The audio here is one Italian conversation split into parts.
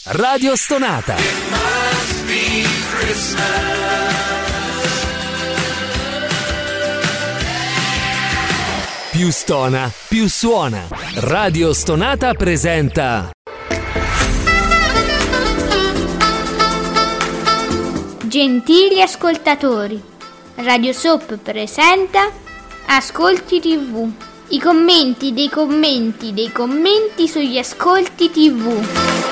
Radio Stonata. Più stona, più suona. Radio Stonata presenta Gentili ascoltatori, Radio Soap presenta Ascolti TV. I commenti dei commenti dei commenti sugli ascolti TV.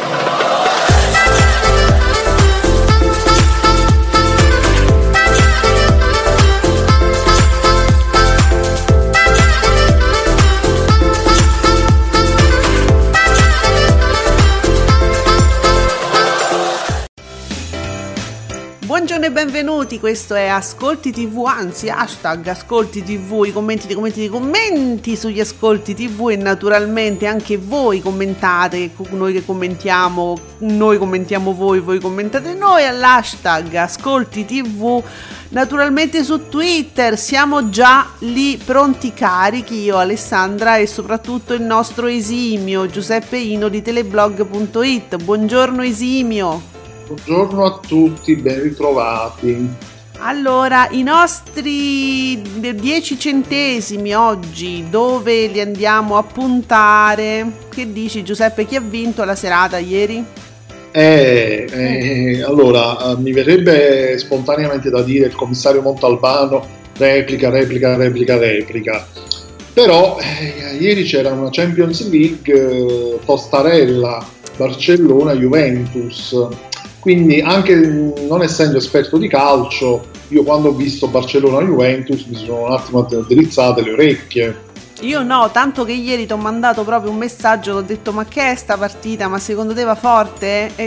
Buongiorno e benvenuti, questo è Ascolti TV, anzi hashtag Ascolti TV, i commenti dei commenti dei commenti sugli Ascolti TV, e naturalmente anche voi commentate, noi che commentiamo, noi commentiamo voi, voi commentate noi all'hashtag Ascolti TV, naturalmente su Twitter. Siamo già lì pronti carichi, io, Alessandra e soprattutto il nostro esimio Giuseppe Ino di teleblog.it. Buongiorno esimio. Buongiorno a tutti, ben ritrovati. Allora, i nostri 10 centesimi oggi, dove li andiamo a puntare? Che dici Giuseppe, chi ha vinto la serata ieri? Allora, mi verrebbe spontaneamente da dire il commissario Montalbano, replica. Però ieri c'era una Champions League, Tostarella, Barcellona-Juventus. Quindi anche non essendo esperto di calcio, io quando ho visto Barcellona-Juventus mi sono un attimo drizzate le orecchie. Io no, tanto che ieri ti ho mandato proprio un messaggio, ti ho detto ma che è sta partita, ma secondo te va forte? E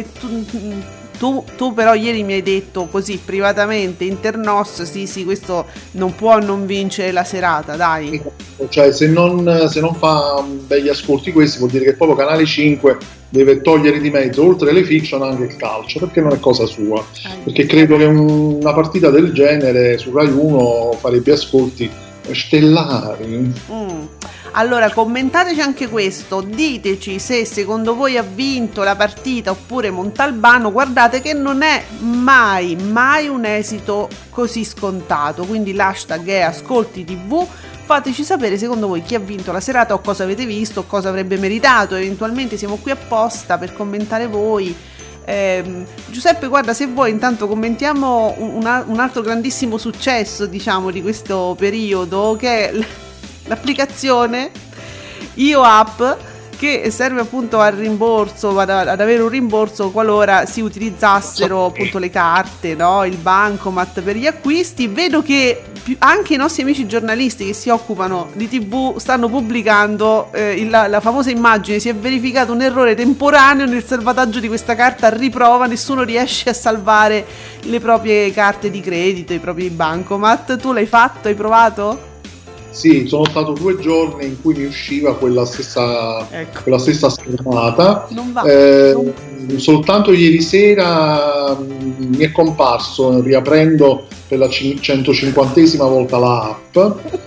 tu però ieri mi hai detto così privatamente, internos, sì, questo non può non vincere la serata, dai. Cioè se non fa begli ascolti questi vuol dire che proprio Canale 5 deve togliere di mezzo, oltre le fiction, anche il calcio, perché non è cosa sua. Perché credo che una partita del genere su Rai 1 farebbe ascolti stellari. Allora commentateci anche questo, diteci se secondo voi ha vinto la partita oppure Montalbano. Guardate che non è mai un esito così scontato, quindi l'hashtag è Ascolti TV. Fateci sapere secondo voi chi ha vinto la serata, o cosa avete visto, o cosa avrebbe meritato. Eventualmente siamo qui apposta per commentare voi. Giuseppe, guarda, se vuoi intanto commentiamo un altro grandissimo successo, diciamo, di questo periodo, che è l'applicazione IOapp, che serve appunto al rimborso, ad avere un rimborso qualora si utilizzassero appunto le carte, no? Il bancomat per gli acquisti. Vedo che anche i nostri amici giornalisti che si occupano di TV stanno pubblicando la famosa immagine: si è verificato un errore temporaneo nel salvataggio di questa carta a riprova, nessuno riesce a salvare le proprie carte di credito, i propri bancomat. Tu l'hai fatto? Hai provato? Sì, sono stato 2 giorni in cui mi usciva quella stessa schermata. Non va. Soltanto ieri sera mi è comparso, riaprendo per la 150esima volta l'app,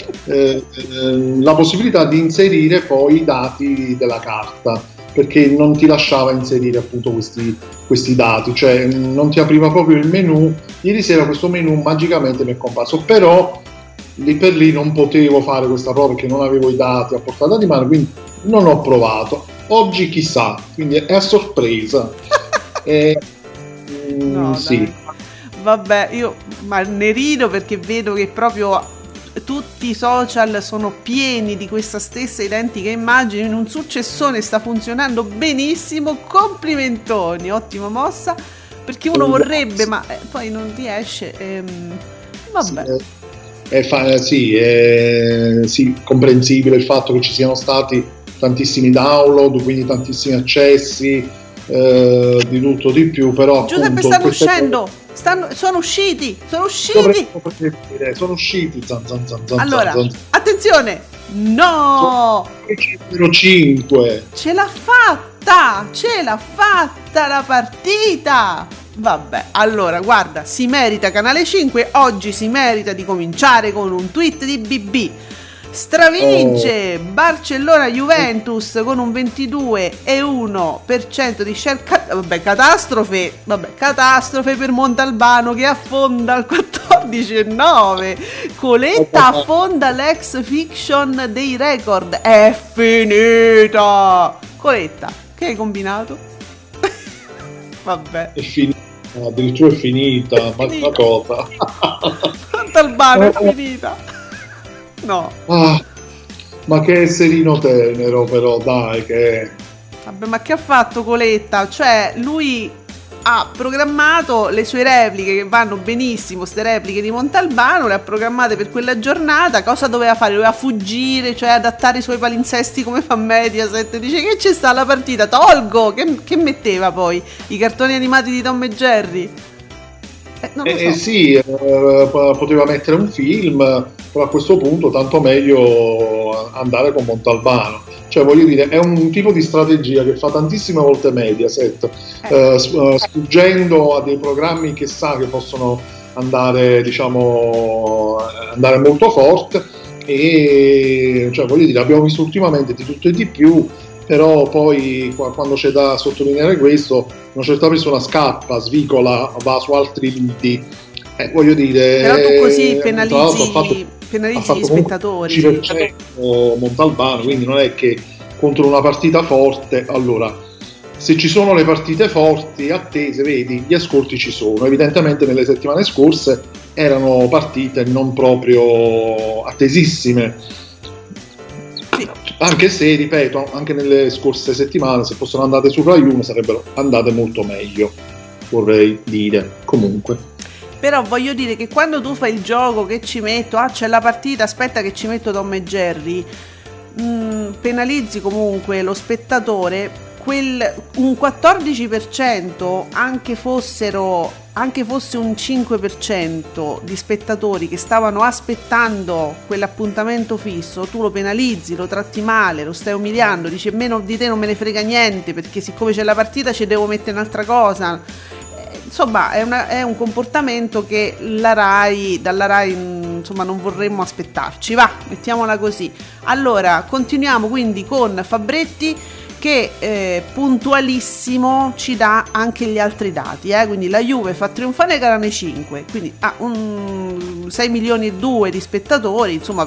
la possibilità di inserire poi i dati della carta, perché non ti lasciava inserire appunto questi dati, cioè non ti apriva proprio il menu. Ieri sera questo menu magicamente mi è comparso, però lì per lì non potevo fare questa prova perché non avevo i dati a portata di mano, quindi non ho provato. Oggi chissà, quindi è a sorpresa. No, sì. Dai. Vabbè, io ne rido perché vedo che proprio tutti i social sono pieni di questa stessa identica immagine, in un successone, sta funzionando benissimo, complimentoni, ottima mossa, perché uno vorrebbe ma poi non riesce. Vabbè. Sì, comprensibile il fatto che ci siano stati tantissimi download, quindi tantissimi accessi, di tutto di più, però Giuseppe, appunto, sono usciti. Sono usciti. Allora, attenzione, no! 5. Ce l'ha fatta la partita. Vabbè, allora guarda, si merita Canale 5, oggi si merita di cominciare con un tweet di BB. Stravince Barcellona-Juventus con un 22,1% di share. Catastrofe per Montalbano che affonda al 14,9%. Coletta affonda l'ex fiction dei record. È finita. Coletta, che hai combinato? Vabbè, È finita, addirittura è finita. Ma una cosa. Montalbano è finita. No. Ma che serino tenero, però, dai, che... Vabbè, ma che ha fatto Coletta? Cioè, lui ha programmato le sue repliche, che vanno benissimo, ste repliche di Montalbano, le ha programmate per quella giornata. Cosa doveva fare? Doveva fuggire, cioè adattare i suoi palinsesti come fa Mediaset. Dice che c'è sta la partita, tolgo! Che metteva poi? I cartoni animati di Tom e Jerry? Non lo so. Sì, poteva mettere un film, però a questo punto tanto meglio andare con Montalbano. Cioè, voglio dire, è un tipo di strategia che fa tantissime volte Mediaset, sfuggendo a dei programmi che sa che possono andare, diciamo, andare molto forte. E cioè, voglio dire, abbiamo visto ultimamente di tutto e di più, però poi quando c'è da sottolineare questo, una certa persona scappa, svicola, va su altri liti. Voglio dire, però tu così penalizzi gli spettatori. 15% Montalbano, quindi non è che contro una partita forte. Allora, se ci sono le partite forti attese, vedi, gli ascolti ci sono. Evidentemente nelle settimane scorse erano partite non proprio attesissime. Sì. Anche se, ripeto, anche nelle scorse settimane, se fossero andate su Rai 1 sarebbero andate molto meglio, vorrei dire. Comunque, però voglio dire che quando tu fai il gioco che ci metto, c'è la partita, aspetta che ci metto Tom e Jerry, penalizzi comunque lo spettatore. Un 14%, anche fosse un 5% di spettatori che stavano aspettando quell'appuntamento fisso, tu lo penalizzi, lo tratti male, lo stai umiliando, dici meno di te non me ne frega niente perché siccome c'è la partita ci devo mettere un'altra cosa. Insomma, è un comportamento che dalla Rai insomma non vorremmo aspettarci. Va, mettiamola così. Allora, continuiamo quindi con Fabretti che puntualissimo ci dà anche gli altri dati, quindi la Juve fa trionfare Canale 5, quindi ha un 6 milioni e 2 di spettatori, insomma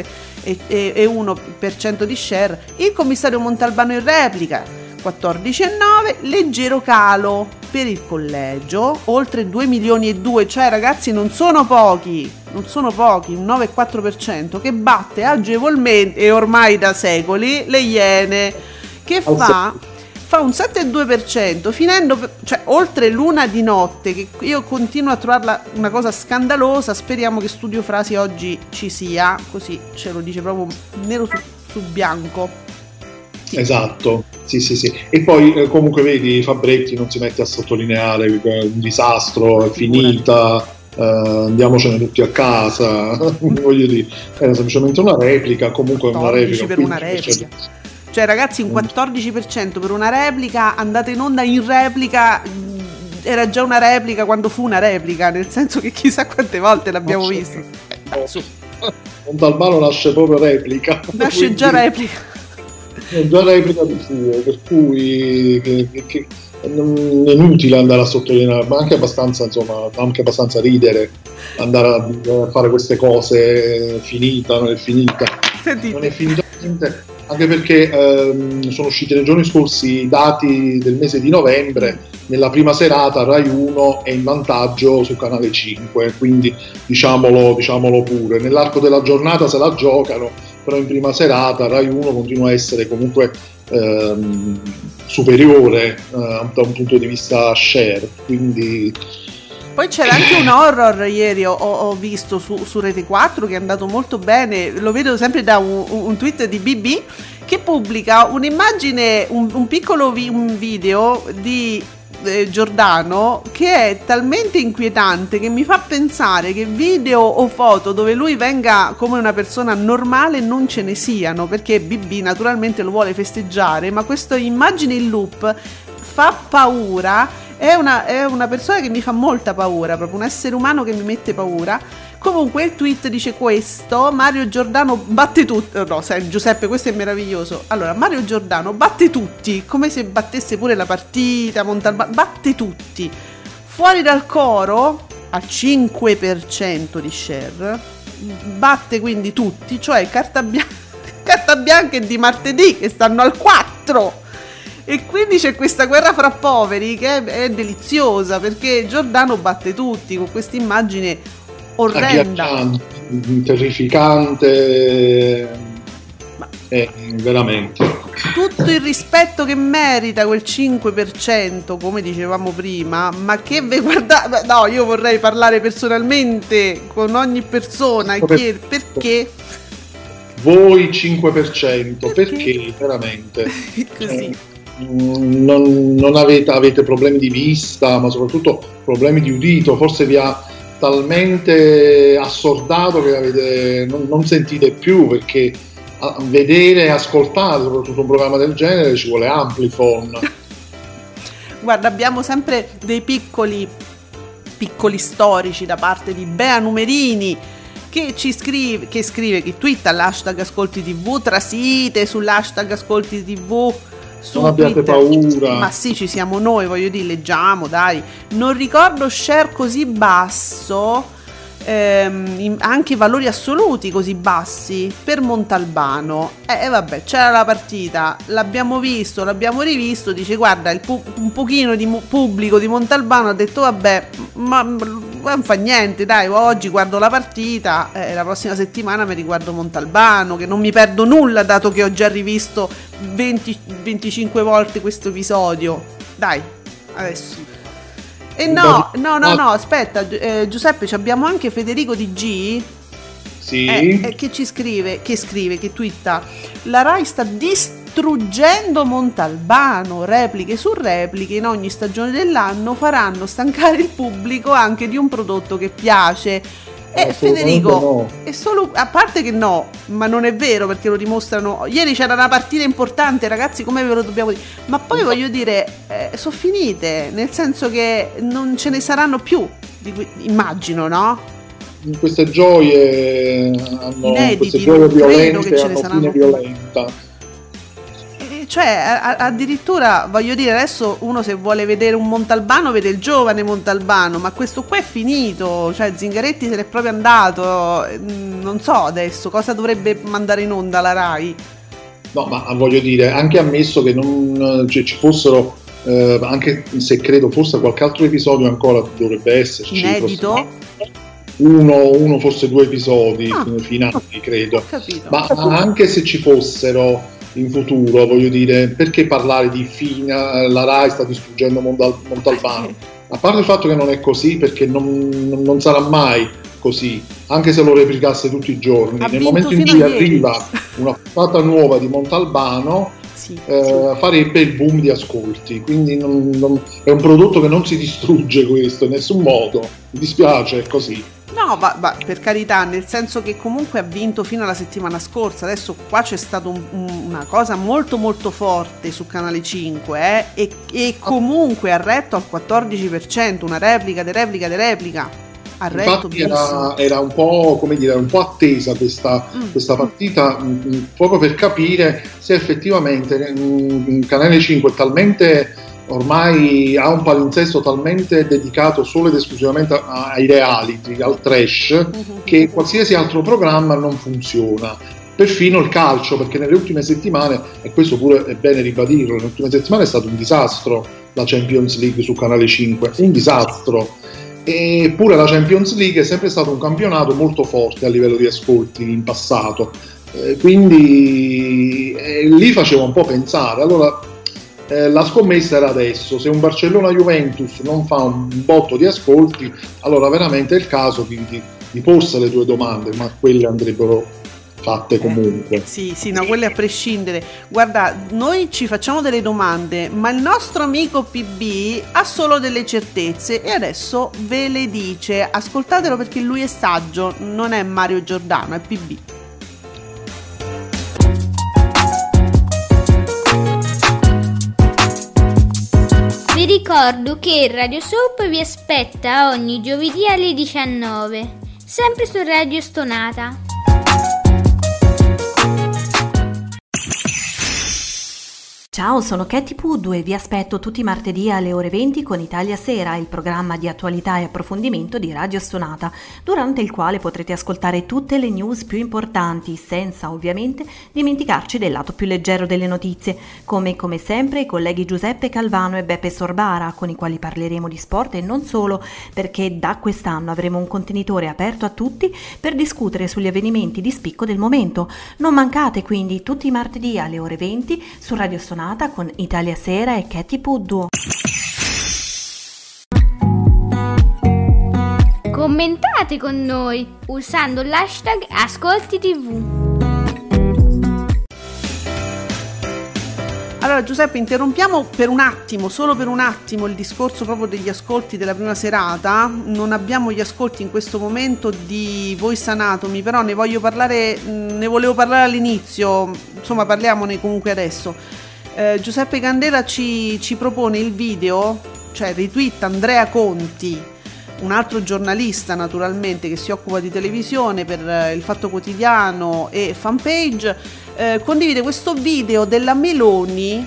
22,1% di share. Il commissario Montalbano in replica 14,9, leggero calo per il collegio, oltre 2 milioni e 2, cioè ragazzi non sono pochi, un 9,4% che batte agevolmente e ormai da secoli le Iene, che fa un 7,2%, finendo, cioè oltre l'una di notte, che io continuo a trovarla una cosa scandalosa. Speriamo che Studio Frasi oggi ci sia, così ce lo dice proprio nero su bianco. Sì. Esatto, sì. E poi comunque vedi, Fabretti non si mette a sottolineare un disastro, è finita, andiamocene tutti a casa. Voglio dire, era semplicemente una replica, comunque una replica. Per una replica. Cioè ragazzi, un 14% per una replica, andate in onda in replica, era già una replica quando fu una replica, nel senso che chissà quante volte l'abbiamo visto. Montalbano nasce proprio replica. Nasce quindi, già replica. Già replica di suo, per cui che è inutile andare a sottolineare, ma anche abbastanza, insomma, anche abbastanza ridere andare a fare queste cose. Non è finita niente. Anche perché sono usciti nei giorni scorsi i dati del mese di novembre. Nella prima serata Rai 1 è in vantaggio su Canale 5, quindi diciamolo pure. Nell'arco della giornata se la giocano, però in prima serata Rai 1 continua a essere comunque superiore da un punto di vista share, quindi... Poi c'era anche un horror ieri, ho visto su Rete 4, che è andato molto bene, lo vedo sempre da un tweet di BB, che pubblica un'immagine, un piccolo un video di Giordano, che è talmente inquietante che mi fa pensare che video o foto dove lui venga come una persona normale non ce ne siano, perché BB naturalmente lo vuole festeggiare, ma questa immagine in loop fa paura. È una persona che mi fa molta paura, proprio un essere umano che mi mette paura. Comunque il tweet dice questo: Mario Giordano batte tutti. No, sai, Giuseppe, questo è meraviglioso. Allora, Mario Giordano batte tutti, come se battesse pure la partita, Montalbano, batte tutti. Fuori dal coro, al 5% di share, batte quindi tutti, cioè Carta Bianca e Di Martedì, che stanno al 4%. E quindi c'è questa guerra fra poveri che è deliziosa, perché Giordano batte tutti con questa immagine orrenda, terrificante, veramente. Tutto il rispetto che merita quel 5%, come dicevamo prima, ma che guarda, no, io vorrei parlare personalmente con ogni persona e chiedere perché. Voi 5%, perché veramente? Così. Non avete problemi di vista, ma soprattutto problemi di udito, forse vi ha talmente assordato che non sentite più, perché a vedere e ascoltare soprattutto un programma del genere ci vuole Amplifon. Guarda, abbiamo sempre dei piccoli storici da parte di Bea Numerini, che twitta l'hashtag Ascolti TV, trasite sull'hashtag Ascolti TV. Non abbiate paura. Ma sì, ci siamo noi, voglio dire, leggiamo, dai. Non ricordo share così basso, anche valori assoluti così bassi per Montalbano. Vabbè, c'era la partita, l'abbiamo visto, l'abbiamo rivisto, dice guarda, un pochino di pubblico di Montalbano ha detto vabbè, ma non fa niente, dai, oggi guardo la partita, la prossima settimana mi riguardo Montalbano, che non mi perdo nulla dato che ho già rivisto 20-25 volte questo episodio. Dai, adesso. E no, aspetta, Giuseppe, abbiamo anche Federico DG, sì, che twitta: la Rai sta distruggendo Montalbano, repliche su repliche in ogni stagione dell'anno faranno stancare il pubblico anche di un prodotto che piace. Federico, no. È solo, a parte che no, ma non è vero, perché lo dimostrano. Ieri c'era una partita importante, ragazzi, come ve lo dobbiamo dire? Ma poi voglio dire, sono finite, nel senso che non ce ne saranno più, immagino, no? Queste gioie hanno inediti, queste gioie credo violente, che ce ne saranno più. Violenta. Cioè, addirittura, voglio dire, adesso uno se vuole vedere un Montalbano vede il giovane Montalbano, ma questo qua è finito, cioè Zingaretti se n'è proprio andato, non so adesso cosa dovrebbe mandare in onda la Rai. No, ma voglio dire, anche ammesso che non ci fossero, anche se credo forse qualche altro episodio ancora dovrebbe esserci. Inedito? Uno forse 2 episodi finali, credo. Ma anche se ci fossero in futuro, voglio dire, perché parlare di la Rai sta distruggendo Montalbano? A parte il fatto che non è così, perché non sarà mai così, anche se lo replicasse tutti i giorni. Nel momento in cui arriva una puntata nuova di Montalbano, farebbe il boom di ascolti, quindi è un prodotto che non si distrugge, questo in nessun modo, mi dispiace, è così. No, per carità, nel senso che comunque ha vinto fino alla settimana scorsa. Adesso qua c'è stata una cosa molto molto forte su Canale 5 e comunque ha retto al 14%, una replica. Ha retto. Infatti era un po', come dire, un po' attesa questa partita, proprio per capire se effettivamente Canale 5 è talmente, ormai ha un palinsesto talmente dedicato solo ed esclusivamente ai reality, al trash, che qualsiasi altro programma non funziona. Perfino il calcio, perché nelle ultime settimane, e questo pure è bene ribadirlo, nelle ultime settimane è stato un disastro la Champions League su Canale 5, un disastro. Eppure la Champions League è sempre stato un campionato molto forte a livello di ascolti in passato, quindi lì faceva un po' pensare. Allora la scommessa era adesso: se un Barcellona-Juventus non fa un botto di ascolti, allora veramente è il caso di porsi le 2 domande, ma quelle andrebbero fatte comunque. Sì, no, quelle a prescindere. Guarda, noi ci facciamo delle domande, ma il nostro amico PB ha solo delle certezze e adesso ve le dice. Ascoltatelo, perché lui è saggio, non è Mario Giordano, è PB. Vi ricordo che Radio Soap vi aspetta ogni giovedì alle 19. sempre su Radio Stonata. Ciao, sono Katy Puddu e vi aspetto tutti i martedì alle ore 20 con Italia Sera, il programma di attualità e approfondimento di Radio Stonata, durante il quale potrete ascoltare tutte le news più importanti, senza ovviamente dimenticarci del lato più leggero delle notizie, come sempre i colleghi Giuseppe Calvano e Beppe Sorbara, con i quali parleremo di sport e non solo, perché da quest'anno avremo un contenitore aperto a tutti per discutere sugli avvenimenti di spicco del momento. Non mancate quindi tutti i martedì alle ore 20 su Radio Stonata con Italia Sera e Katy Puddu. Commentate con noi usando l'hashtag Ascolti TV. Allora Giuseppe, interrompiamo per un attimo, solo per un attimo, il discorso proprio degli ascolti della prima serata. Non abbiamo gli ascolti in questo momento di Voice Anatomy, però ne volevo parlare all'inizio, insomma parliamone comunque adesso. Giuseppe Candela ci propone il video, cioè retweet Andrea Conti, un altro giornalista naturalmente che si occupa di televisione per il Fatto Quotidiano e Fanpage, condivide questo video della Meloni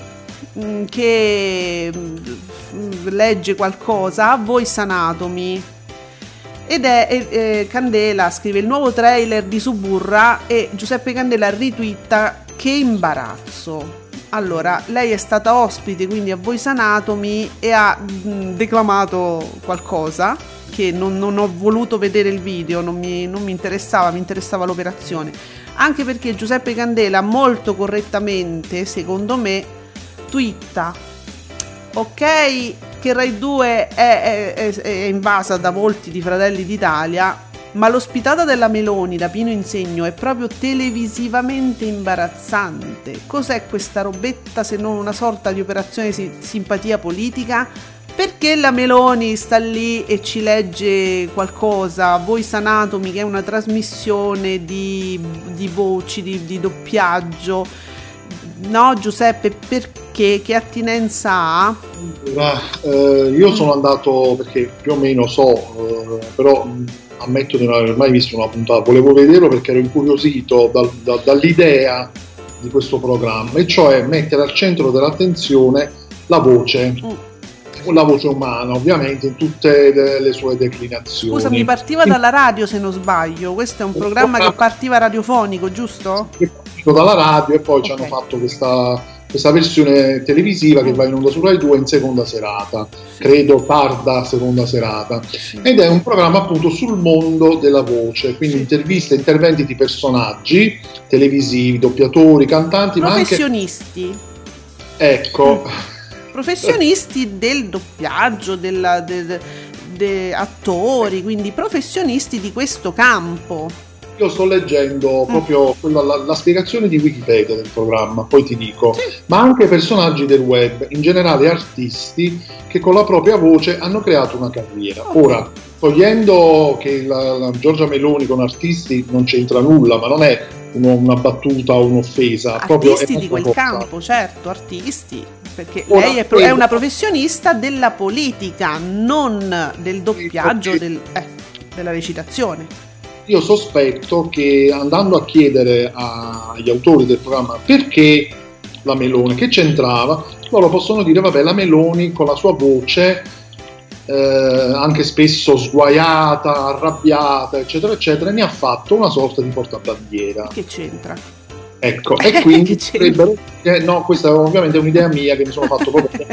che legge qualcosa a Voice Anatomy ed è Candela scrive il nuovo trailer di Suburra e Giuseppe Candela ritwitta che imbarazzo. Allora, lei è stata ospite quindi a Voice Anatomy e ha declamato qualcosa che non ho voluto vedere il video, non mi interessava, mi interessava l'operazione. Anche perché Giuseppe Candela molto correttamente, secondo me, twitta: ok che Rai 2 è invasa da volti di Fratelli d'Italia, ma l'ospitata della Meloni da Pino Insegno è proprio televisivamente imbarazzante. Cos'è questa robetta se non una sorta di operazione simpatia politica? Perché la Meloni sta lì e ci legge qualcosa? Voice Anatomy, che è una trasmissione di voci, di doppiaggio. No, Giuseppe, perché? Che attinenza ha? Io sono andato, perché più o meno so, però ammetto di non aver mai visto una puntata, volevo vederlo perché ero incuriosito dall'idea di questo programma, e cioè mettere al centro dell'attenzione la voce umana, ovviamente in tutte le sue declinazioni. Scusa, mi partiva dalla radio se non sbaglio, questo è un programma che partiva radiofonico, giusto? Dalla radio, e poi ci hanno fatto questa versione televisiva che va in onda su Rai 2 in seconda serata, credo tarda seconda serata, ed è un programma appunto sul mondo della voce, quindi interviste, interventi di personaggi televisivi, doppiatori, cantanti, professionisti, ma anche professionisti del doppiaggio, attori, quindi professionisti di questo campo. Io sto leggendo proprio la spiegazione di Wikipedia del programma, poi ti dico, ma anche personaggi del web, in generale artisti che con la propria voce hanno creato una carriera. Ora, togliendo che la Giorgia Meloni con artisti non c'entra nulla, ma non è una battuta o un'offesa. Artisti di quel campo, certo, artisti, perché lei è una professionista della politica, non del doppiaggio, della recitazione. Io sospetto che, andando a chiedere agli autori del programma perché la Meloni, che c'entrava, loro possono dire vabbè, la Meloni con la sua voce anche spesso sguaiata, arrabbiata, eccetera eccetera, ne ha fatto una sorta di portabandiera. Che c'entra? Ecco, e quindi potrebbero, no, questa ovviamente è un'idea mia che mi sono fatto proprio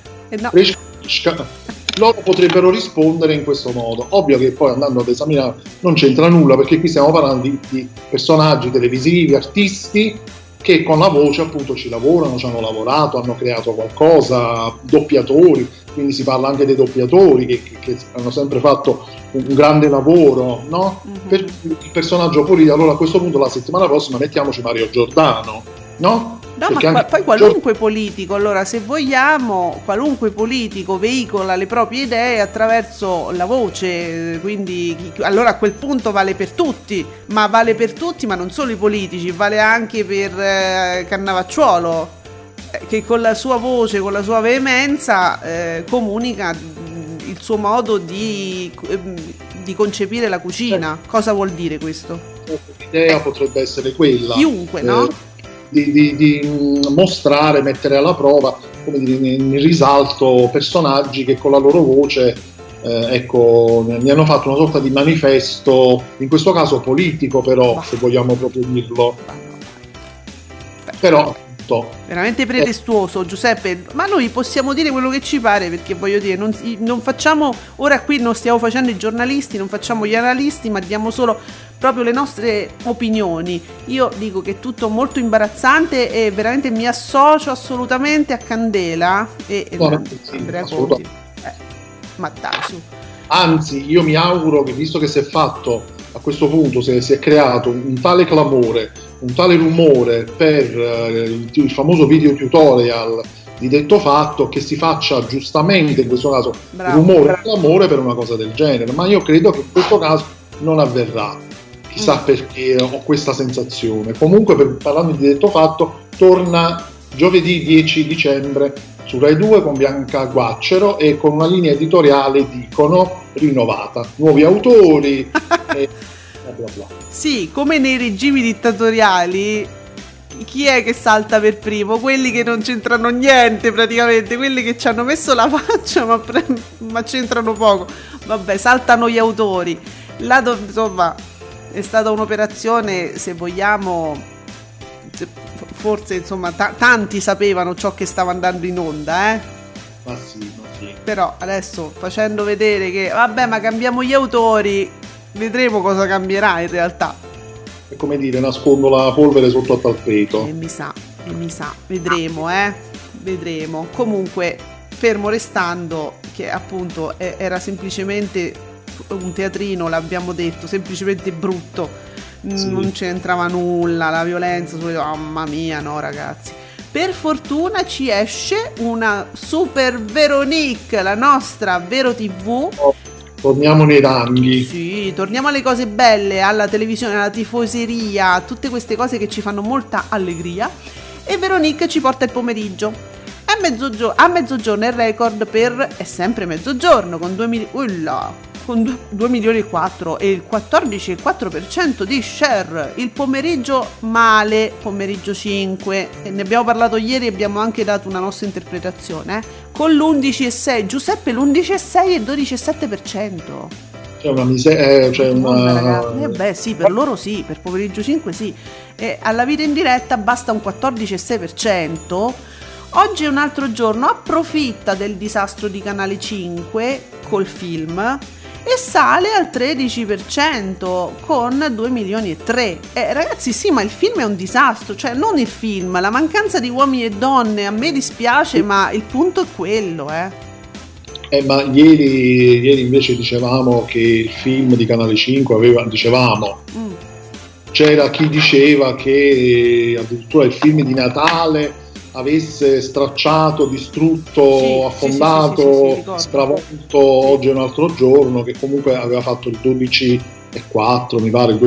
loro potrebbero rispondere in questo modo. Ovvio che poi, andando ad esaminare, non c'entra nulla, perché qui stiamo parlando di personaggi televisivi, artisti che con la voce appunto ci lavorano, ci hanno lavorato, hanno creato qualcosa, doppiatori, quindi si parla anche dei doppiatori che hanno sempre fatto un grande lavoro, no? Per il personaggio politico. Allora a questo punto la settimana prossima mettiamoci Mario Giordano, no? No, ma poi qualunque politico, allora se vogliamo, qualunque politico veicola le proprie idee attraverso la voce, quindi allora a quel punto vale per tutti, ma non solo i politici, vale anche per Cannavacciuolo, che con la sua voce, con la sua veemenza comunica il suo modo di concepire la cucina. Cosa vuol dire questo? L'idea potrebbe essere quella. Chiunque, no? Di mostrare, mettere alla prova, come dire, in risalto personaggi che con la loro voce mi hanno fatto una sorta di manifesto, in questo caso politico, però, se vogliamo proprio dirlo. Però veramente pretestuoso, Giuseppe, ma noi possiamo dire quello che ci pare, perché voglio dire, non facciamo, ora qui non stiamo facendo i giornalisti, non facciamo gli analisti, ma diamo solo proprio le nostre opinioni. Io dico che è tutto molto imbarazzante e veramente mi associo assolutamente a Candela e Andrea Conti. Ma dai, su. Anzi, io mi auguro che, visto che si è fatto a questo punto, si è creato un tale clamore, un tale rumore per il famoso video tutorial di Detto Fatto, che si faccia giustamente in questo caso rumore e clamore per una cosa del genere, ma io credo che in questo caso non avverrà, chissà perché ho questa sensazione. Comunque, parlando di Detto Fatto, torna giovedì 10 dicembre su Rai 2 con Bianca Guaccero e con una linea editoriale, dicono, rinnovata, nuovi autori e bla bla. Sì, come nei regimi dittatoriali, chi è che salta per primo? Quelli che non c'entrano niente praticamente, quelli che ci hanno messo la faccia ma c'entrano poco. Vabbè, saltano gli autori. Là, insomma, è stata un'operazione, se vogliamo, forse insomma tanti sapevano ciò che stava andando in onda, Ma sì. Però adesso, facendo vedere che vabbè, ma cambiamo gli autori, vedremo cosa cambierà in realtà. È come dire, nascondo la polvere sotto al tappeto. E mi sa, vedremo. Comunque, fermo restando che appunto era semplicemente un teatrino, l'abbiamo detto, semplicemente brutto. Sì. Non c'entrava nulla, la violenza, mamma mia, no ragazzi. Per fortuna ci esce una Super Veronique, la nostra Vero TV. Torniamo nei ranghi. Sì, torniamo alle cose belle, alla televisione, alla tifoseria, tutte queste cose che ci fanno molta allegria. E Veronique ci porta il pomeriggio. A mezzogiorno il record è sempre mezzogiorno, con 2 milioni e 4 e il 14,4% di share. Il pomeriggio male, pomeriggio 5, e ne abbiamo parlato ieri e abbiamo anche dato una nostra interpretazione, con l'11,6, Giuseppe, l'11,6 e il 12,7%. C'è una miseria, beh sì, per loro sì, per pomeriggio 5 sì, e alla vita in diretta basta un 14,6%. Oggi è un altro giorno, approfitta del disastro di Canale 5 col film e sale al 13% con 2 milioni e 3. Ragazzi, sì, ma il film è un disastro, cioè non il film, la mancanza di uomini e donne, a me dispiace, ma il punto è quello, ma ieri invece dicevamo che il film di Canale 5 c'era chi diceva che addirittura il film di Natale avesse stracciato, distrutto, affondato, stravolto Oggi è un altro giorno, che comunque aveva fatto il 12,4, mi pare, il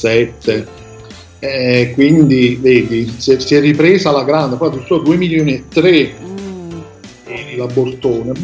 12,7, quindi vedi, si è ripresa la grande, poi addirittura 2 milioni e 3 la Bortone,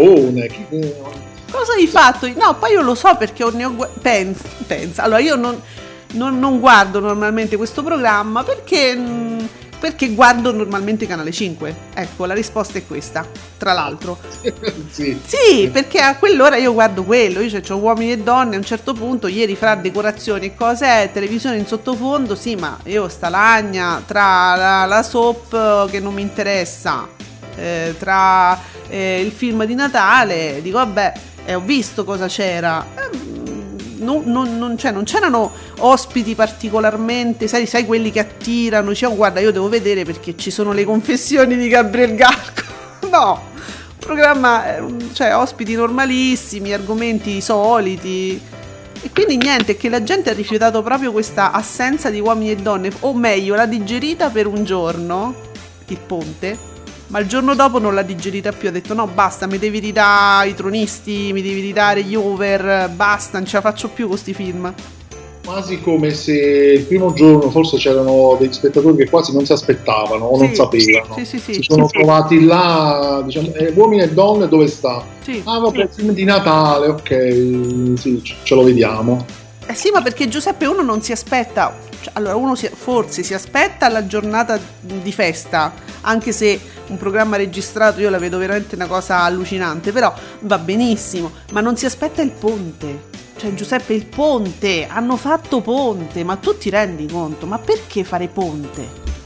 cosa hai fatto? No, poi io lo so perché pensa, allora io non guardo normalmente questo programma perché guardo normalmente Canale 5. Ecco, la risposta è questa, tra l'altro. Sì, perché a quell'ora io guardo quello, io c'ho uomini e donne, a un certo punto, ieri fra decorazioni e cose, televisione in sottofondo, sì, ma io sta lagna tra la soap che non mi interessa, tra il film di Natale, dico vabbè, ho visto cosa c'era. Non c'erano ospiti particolarmente, sai quelli che attirano, diciamo guarda io devo vedere perché ci sono le confessioni di Gabriel Garco. No, programma, cioè ospiti normalissimi, argomenti soliti, e quindi niente, che la gente ha rifiutato proprio questa assenza di uomini e donne, o meglio l'ha digerita per un giorno, il ponte, ma il giorno dopo non l'ha digerita più, ha detto no basta, mi devi ridare i tronisti, mi devi ridare gli over, basta, non ce la faccio più con sti film. quasi come se il primo giorno forse c'erano degli spettatori che quasi non si aspettavano o non sapevano. Si sono trovati là, diciamo, uomini e donne, dove sta? Vabbè, film di Natale, ok, sì, ce lo vediamo. Sì, ma perché Giuseppe uno non si aspetta, allora uno forse si aspetta la giornata di festa, anche se un programma registrato io la vedo veramente una cosa allucinante, però va benissimo, ma non si aspetta il ponte. Cioè Giuseppe, il ponte, hanno fatto ponte, ma tu ti rendi conto? Ma perché fare ponte?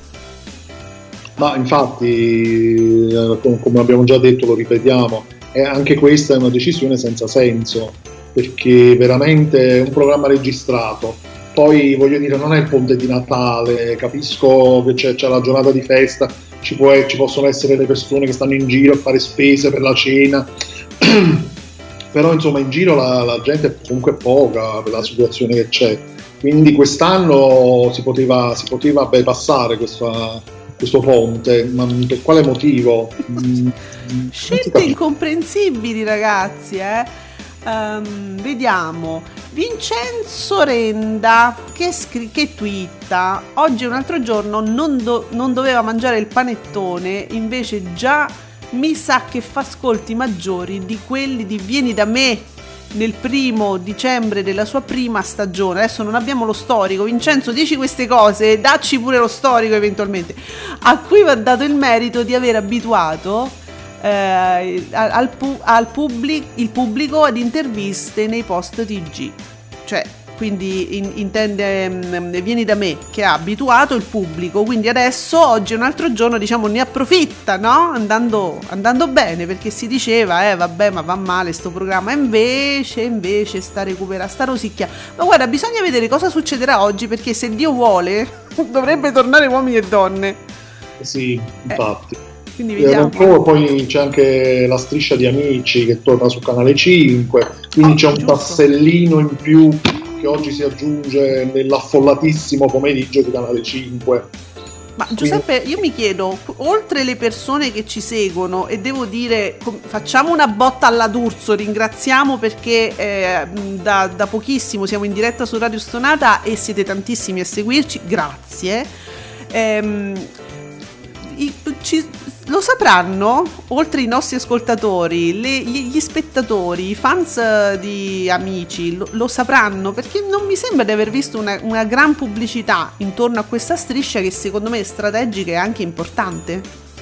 Ma infatti, come abbiamo già detto, lo ripetiamo, anche questa è una decisione senza senso, perché veramente è un programma registrato. Poi voglio dire, non è il ponte di Natale, capisco che c'è la giornata di festa, ci possono essere le persone che stanno in giro a fare spese per la cena. Però insomma in giro la gente è comunque poca per la situazione che c'è, quindi quest'anno si poteva bypassare questo ponte, ma per quale motivo? Scelte incomprensibili, ragazzi, vediamo Vincenzo Renda che twitta: oggi è un altro giorno, non doveva mangiare il panettone, invece già mi sa che fa ascolti maggiori di quelli di Vieni da me nel 1 dicembre della sua prima stagione. Adesso non abbiamo lo storico, Vincenzo, dici queste cose, dacci pure lo storico eventualmente, a cui va dato il merito di aver abituato il pubblico ad interviste nei post TG, cioè quindi intende Vieni da me, che ha abituato il pubblico, quindi adesso oggi è un altro giorno, diciamo, ne approfitta, no? Andando bene, perché si diceva vabbè, ma va male sto programma, invece sta rosicchiando. Ma guarda, bisogna vedere cosa succederà oggi, perché se Dio vuole dovrebbe tornare Uomini e Donne. Sì, infatti. Quindi vediamo. Poi c'è anche la striscia di Amici che torna su Canale 5, quindi c'è un tassellino in più che oggi si aggiunge nell'affollatissimo pomeriggio di Canale 5. Ma Giuseppe, io mi chiedo, oltre le persone che ci seguono, e devo dire, facciamo una botta alla D'Urso, ringraziamo perché da pochissimo siamo in diretta su Radio Stonata e siete tantissimi a seguirci, grazie. Lo sapranno, oltre i nostri ascoltatori, gli spettatori, i fans di Amici lo sapranno, perché non mi sembra di aver visto una gran pubblicità intorno a questa striscia, che secondo me è strategica e anche importante.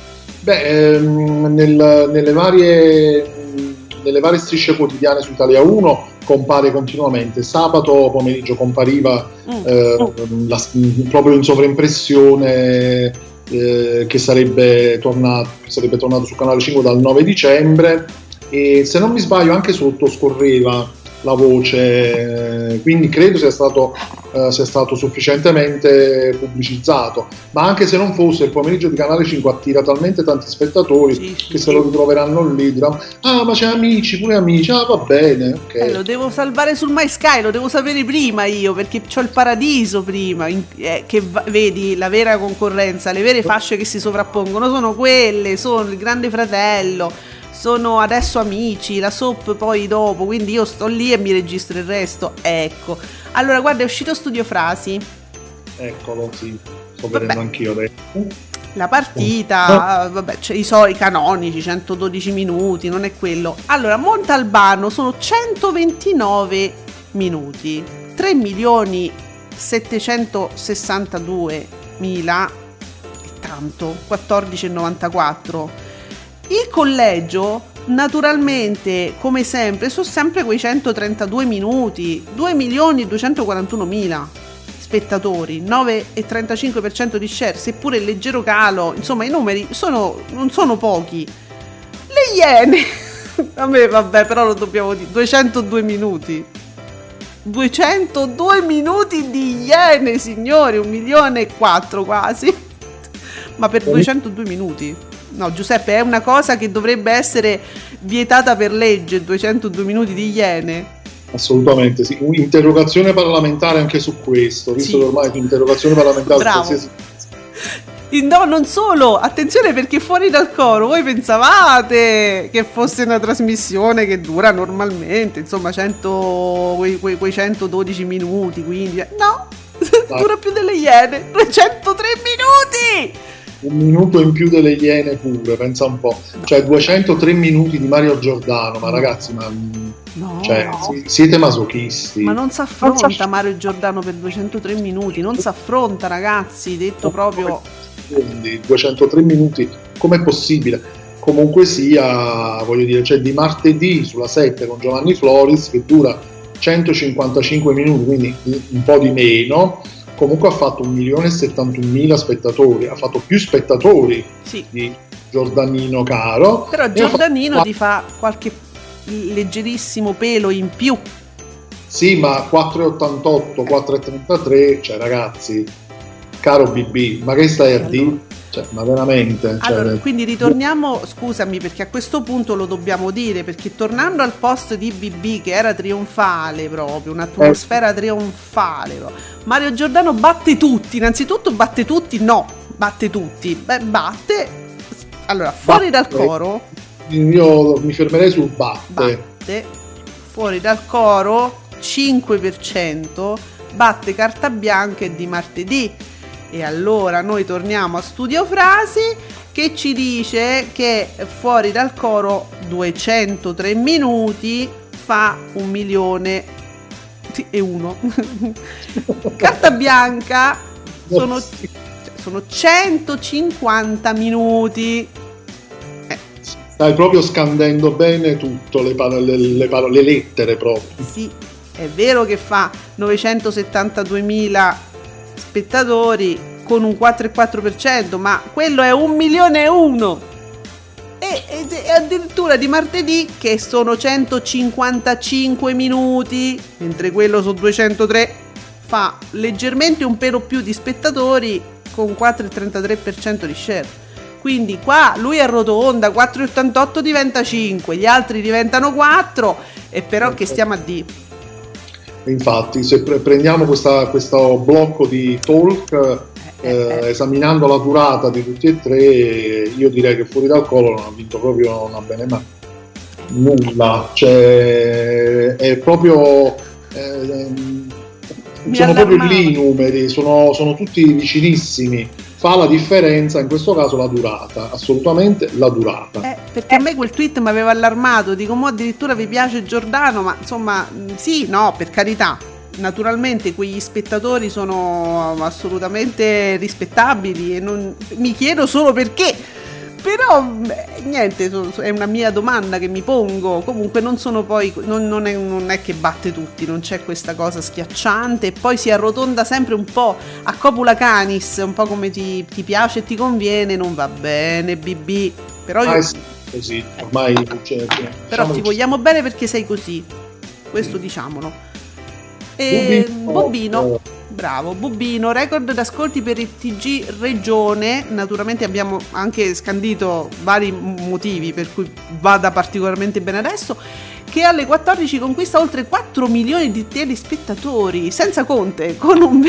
Nelle varie strisce quotidiane su Italia 1 compare continuamente. Sabato pomeriggio compariva proprio in sovraimpressione, che sarebbe tornato su Canale 5 dal 9 dicembre, e se non mi sbaglio anche sottoscorreva la voce, quindi credo sia stato sufficientemente pubblicizzato. Ma anche se non fosse, il pomeriggio di Canale 5 attira talmente tanti spettatori che se lo ritroveranno lì, diranno: ah, ma c'è Amici, pure Amici, va bene, ok. Lo devo salvare sul My Sky, lo devo sapere prima io, perché c'ho il Paradiso prima, che vedi la vera concorrenza, le vere fasce che si sovrappongono sono quelle, sono il Grande Fratello, sono adesso Amici, la soap poi dopo, quindi io sto lì e mi registro il resto, ecco. Allora guarda, è uscito Studio Frasi. Eccolo, sì, sto vedendo anch'io adesso. La partita, vabbè, c'è i canonici, 112 minuti, non è quello. Allora, Montalbano sono 129 minuti, 3.762.000 e tanto, 14,94. Il collegio, naturalmente, come sempre, sono sempre quei 132 minuti, 2.241.000 spettatori, 9,35% di share, seppure il leggero calo, insomma i numeri non sono pochi. Le Iene, a me vabbè, però lo dobbiamo dire, 202 minuti. 202 minuti di Iene, signori, 1,4 milioni quasi, ma per 202 minuti. No, Giuseppe, è una cosa che dovrebbe essere vietata per legge, 202 minuti di Iene. Assolutamente sì, un'interrogazione parlamentare anche su questo, visto che ormai l'interrogazione parlamentare bravo. No, non solo, attenzione, perché Fuori dal coro voi pensavate che fosse una trasmissione che dura normalmente, insomma 100, quei 112 minuti, quindi no, dura più delle Iene, 203 minuti! Un minuto in più delle Iene pure, pensa un po', cioè 203 minuti di Mario Giordano, ma ragazzi, siete masochisti. Ma non si affronta Mario Giordano per 203 minuti, non si affronta, ragazzi, detto proprio. 203 minuti, com'è possibile? Comunque sia, voglio dire, c'è Di martedì sulla 7 con Giovanni Floris che dura 155 minuti, quindi un po' di meno. Comunque ha fatto 1.071.000 spettatori, ha fatto più spettatori di Giordanino caro. Però Giordanino ti fa qualche leggerissimo pelo in più. Sì, ma 4,88, 4,33, cioè ragazzi, caro BB, ma che stai a dire? Cioè, ma veramente. Allora, quindi ritorniamo, scusami, perché a questo punto lo dobbiamo dire, perché tornando al post di BB che era trionfale proprio, un'atmosfera trionfale, Mario Giordano batte tutti, innanzitutto batte tutti, batte tutti, batte, allora, Fuori dal coro. Io mi fermerei sul batte. Fuori dal coro, 5%, batte Carta Bianca e Di martedì. E allora noi torniamo a Studio Frasi che ci dice che Fuori dal coro 203 minuti fa 1.001.000. Carta Bianca sono 150 minuti. Stai proprio scandendo bene tutto, le lettere proprio. Sì, è vero che fa 972.000 spettatori con un 4,4%, ma quello è 1.001.000. E addirittura Di martedì che sono 155 minuti, mentre quello su 203 fa leggermente un pelo più di spettatori con 4,33% di share. Quindi qua lui arrotonda, 4,88 diventa 5, gli altri diventano 4, e però che stiamo a dire? Infatti, se prendiamo questo blocco di talk, esaminando la durata di tutti e tre, io direi che Fuori dal coro non ha vinto proprio una bene ma nulla, cioè è proprio sono proprio lì i numeri, sono tutti vicinissimi. Fa la differenza in questo caso la durata, assolutamente la durata. Perché a me quel tweet mi aveva allarmato, dico, mo addirittura vi piace Giordano, ma insomma, sì, no, per carità, naturalmente quegli spettatori sono assolutamente rispettabili e non mi chiedo solo perché. Però niente, è una mia domanda che mi pongo. Comunque non sono poi non è che batte tutti, non c'è questa cosa schiacciante, e poi si arrotonda sempre un po' a copula canis, un po' come ti piace e ti conviene, non va bene BB. Però io così, ormai però ti vogliamo bene perché sei così. Questo diciamolo. E Bobbino, bravo, Bobbino, record d'ascolti per il TG Regione. Naturalmente abbiamo anche scandito vari motivi per cui vada particolarmente bene adesso, che alle 14 conquista oltre 4 milioni di telespettatori, senza Conte, con un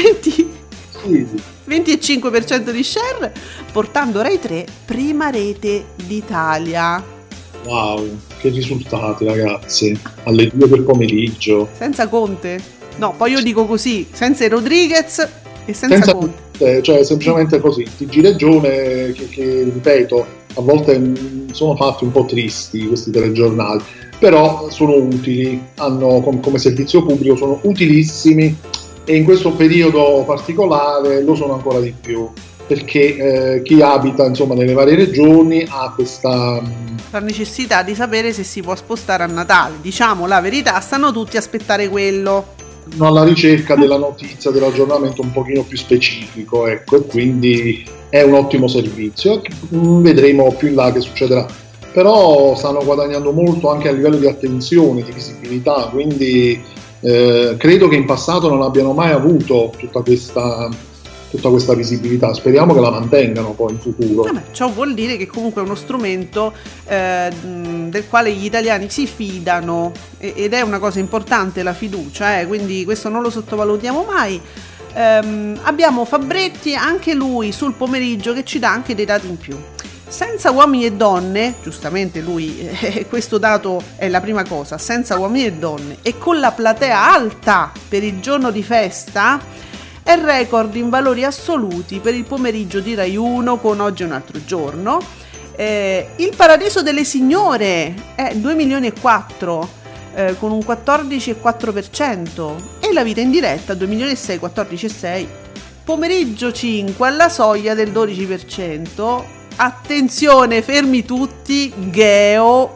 25% di share, portando Rai 3 prima rete d'Italia. Wow, che risultati ragazzi, alle 2 del pomeriggio. Senza Conte? No, poi io dico così, senza Rodriguez e senza Conte. Cioè semplicemente così, TG Regione che ripeto, a volte sono fatti un po' tristi questi telegiornali, però sono utili, hanno come servizio pubblico, sono utilissimi, e in questo periodo particolare lo sono ancora di più, perché chi abita insomma nelle varie regioni ha questa la necessità di sapere se si può spostare a Natale. Diciamo la verità, stanno tutti a aspettare quello, alla ricerca della notizia, dell'aggiornamento un pochino più specifico, ecco, e quindi è un ottimo servizio. Vedremo più in là che succederà, però stanno guadagnando molto anche a livello di attenzione, di visibilità, quindi credo che in passato non abbiano mai avuto tutta questa visibilità. Speriamo che la mantengano poi in futuro. Ciò vuol dire che comunque è uno strumento del quale gli italiani si fidano, ed è una cosa importante la fiducia, quindi questo non lo sottovalutiamo mai. Abbiamo Fabretti, anche lui sul pomeriggio, che ci dà anche dei dati in più. Senza uomini e donne, giustamente lui, questo dato è la prima cosa, senza uomini e donne e con la platea alta per il giorno di festa, è record in valori assoluti per il pomeriggio di Rai 1 con Oggi è un altro giorno. Il Paradiso delle Signore è 2 milioni e 4 con un 14,4% e La Vita in Diretta 2 milioni e 6, 14,6. Pomeriggio 5 alla soglia del 12%. Attenzione, fermi tutti, Geo